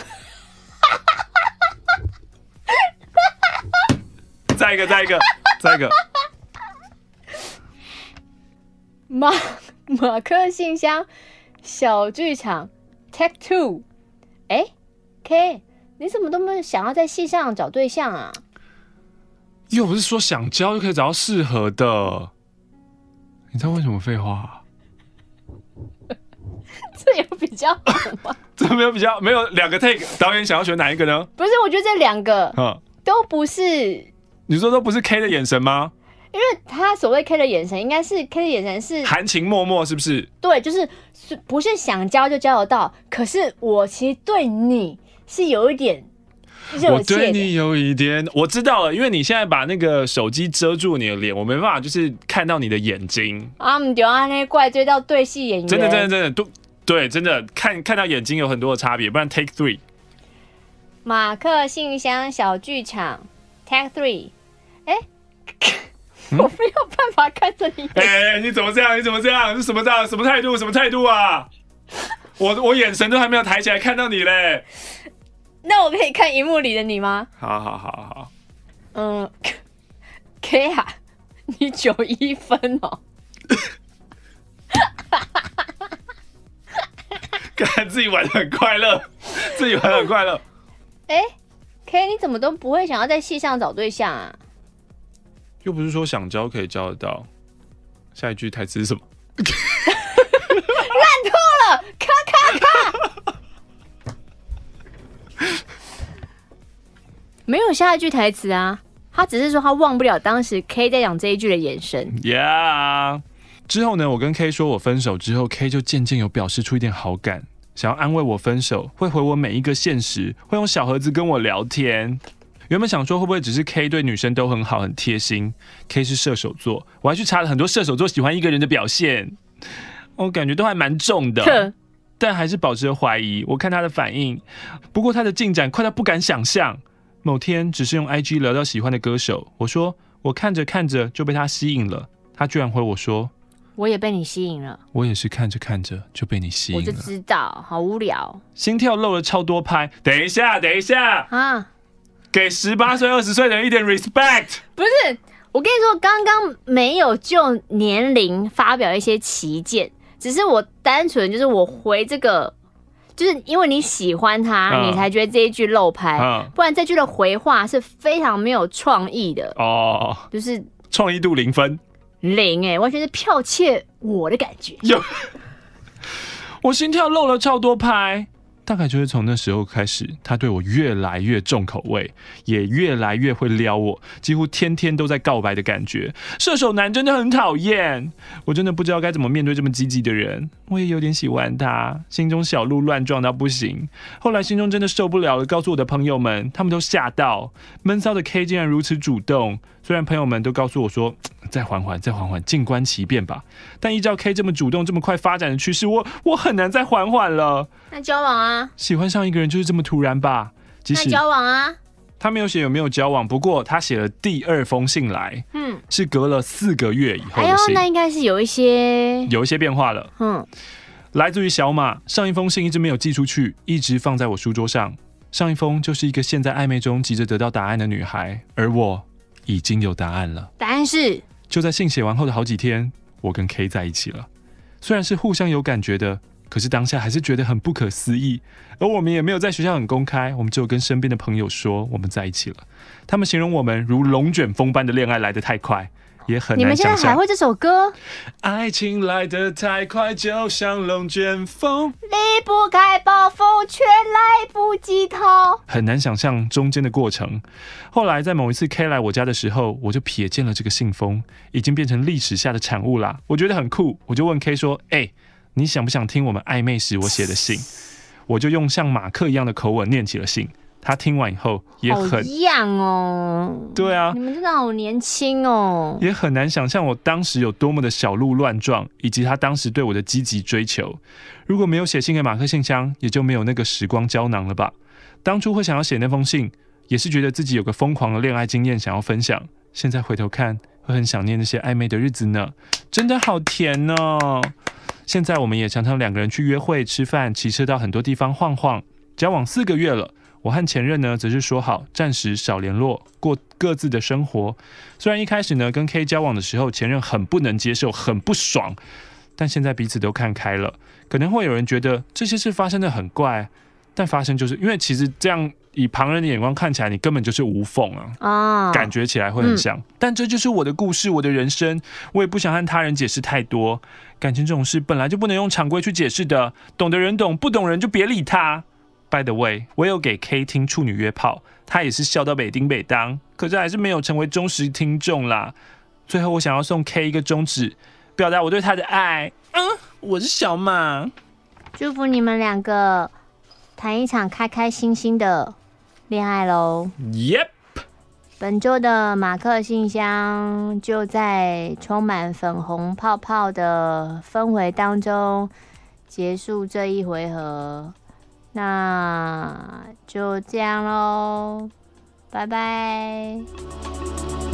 再一个，再一个，再一个。 马马克信箱小剧场 Take Two， 哎 ，K， 你怎么都没有想要在戏上找对象啊？ 又不是说想交就可以找到适合的，你在问什么废话啊？ 这有比较好吗？ 这没有比较，没有两个 take， 导演想要选哪一个呢？ 不是，我觉得这两个都不是。 你说都不是 K 的眼神吗？ 因为他所谓 K 的眼神，应该是 K 的眼神是含情脉脉，是不是？ 对，就是不是想交就交得到。可是我其实对你是有一点热切的。 我对你有一点，我知道了，因为你现在把那个手机遮住你的脸，我没办法就是看到你的眼睛。 啊，唔对啊，那怪追到对戏演员， 真的真的真的都对，真的看看到眼睛有很多的差别，不然 take three。 马克信箱小剧场 take three， 哎、欸嗯，我没有办法看着你。 哎、欸，你怎么这样？你怎么这样？是什么的？什么态度？什么态度啊？我我眼神都还没有抬起来看到你嘞。 那我可以看荧幕里的你吗？ 好好好好。 嗯 ，K 啊， 你九一分哦。 看自己玩的很快乐，自己玩的很快乐。 哎、欸、，K， 你怎么都不会想要在系上找对象啊？ 又不是说想交可以交得到。下一句台词是什么？ 烂透了，咔咔咔！没有下一句台词啊，他只是说他忘不了当时 K 在讲这一句的眼神。 Yeah。之后呢，我跟 K 说我分手之后 ，K 就渐渐有表示出一点好感，想要安慰我分手，会回我每一个现实，会用小盒子跟我聊天。原本想说会不会只是 K 对女生都很好很贴心 ，K 是射手座，我还去查了很多射手座喜欢一个人的表现，我感觉都还蛮重的，但还是保持着怀疑。我看他的反应，不过他的进展快到不敢想象。某天只是用 I G 聊到喜欢的歌手，我说我看着看着就被他吸引了，他居然回我说。 我也被你吸引了， 我也是看着看着就被你吸引了， 我就知道，好无聊， 心跳漏了超多拍。等一下，等一下啊！给十八岁、二十岁的人一点 respect。 不是，我跟你说，刚刚没有就年龄发表一些歧见，只是我单纯就是我回这个，就是因为你喜欢他，嗯、你才觉得这一句漏拍，嗯、不然这句的回话是非常没有创意的哦，就是创意度零分。 零哎、欸，完全是剽窃我的感觉。 有，我心跳漏了超多拍，大概就是从那时候开始，他对我越来越重口味，也越来越会撩我，几乎天天都在告白的感觉。射手男真的很讨厌，我真的不知道该怎么面对这么积极的人。我也有点喜欢他，心中小鹿乱撞到不行。后来心中真的受不了了，告诉我的朋友们，他们都吓到，闷骚的 K 竟然如此主动。虽然朋友们都告诉我说，再缓缓，再缓缓，静观其变吧。但依照 K 这么主动、这么快发展的趋势，我我很难再缓缓了。 那交往啊？ 喜欢上一个人就是这么突然吧？即使那交往啊？ 他没有写有没有交往，不过他写了第二封信来，嗯，是隔了四个月以后的信。哎呦， 那应该是有一些有一些变化了。嗯，来自于小马，上一封信一直没有寄出去，一直放在我书桌上。上一封就是一个现在暧昧中急着得到答案的女孩，而我已经有答案了。 答案是， 就在信写完后的好几天，我跟 K 在一起了。虽然是互相有感觉的，可是当下还是觉得很不可思议。而我们也没有在学校很公开，我们只有跟身边的朋友说我们在一起了。他们形容我们如龙卷风般的恋爱来得太快，也很难想象。 你们现在还会这首歌？ 爱情来得太快，就像龙卷风， 离不开暴风，却来不及逃。 很难想象中间的过程。后来在某一次 K 来我家的时候，我就瞥见了这个信封，已经变成历史下的产物啦。我觉得很酷，我就问 K 说：“哎、欸，你想不想听我们暧昧时我写的信？”我就用像马克一样的口吻念起了信。他听完以后也很好样哦， 对啊， 你们真的好年轻哦， 也很难想象我当时有多么的小鹿乱撞，以及他当时对我的积极追求。如果没有写信给马克信箱，也就没有那个时光胶囊了吧。当初会想要写那封信，也是觉得自己有个疯狂的恋爱经验想要分享。现在回头看，会很想念那些暧昧的日子呢，真的好甜哦。现在我们也常常两个人去约会、吃饭、骑车到很多地方晃晃。交往四个月了。我和前任呢，则是说好暂时少联络，过各自的生活。虽然一开始呢，跟 K 交往的时候，前任很不能接受，很不爽，但现在彼此都看开了。可能会有人觉得这些事发生的很怪，但发生就是因为其实这样以旁人的眼光看起来，你根本就是无缝啊，哦、感觉起来会很像、嗯。但这就是我的故事，我的人生，我也不想和他人解释太多。感情这种事本来就不能用常规去解释的，懂的人懂，不懂人就别理他。By the way， 我有给 K 听处女约炮，他也是笑到北丁北当，可是还是没有成为忠实听众啦。最后我想要送 K 一个中指，表达我对他的爱。嗯，我是小马， 祝福你们两个谈一场开开心心的恋爱咯。 Yep， 本周的马克信箱就在充满粉红泡泡的氛围当中结束这一回合。那就这样咯，拜拜。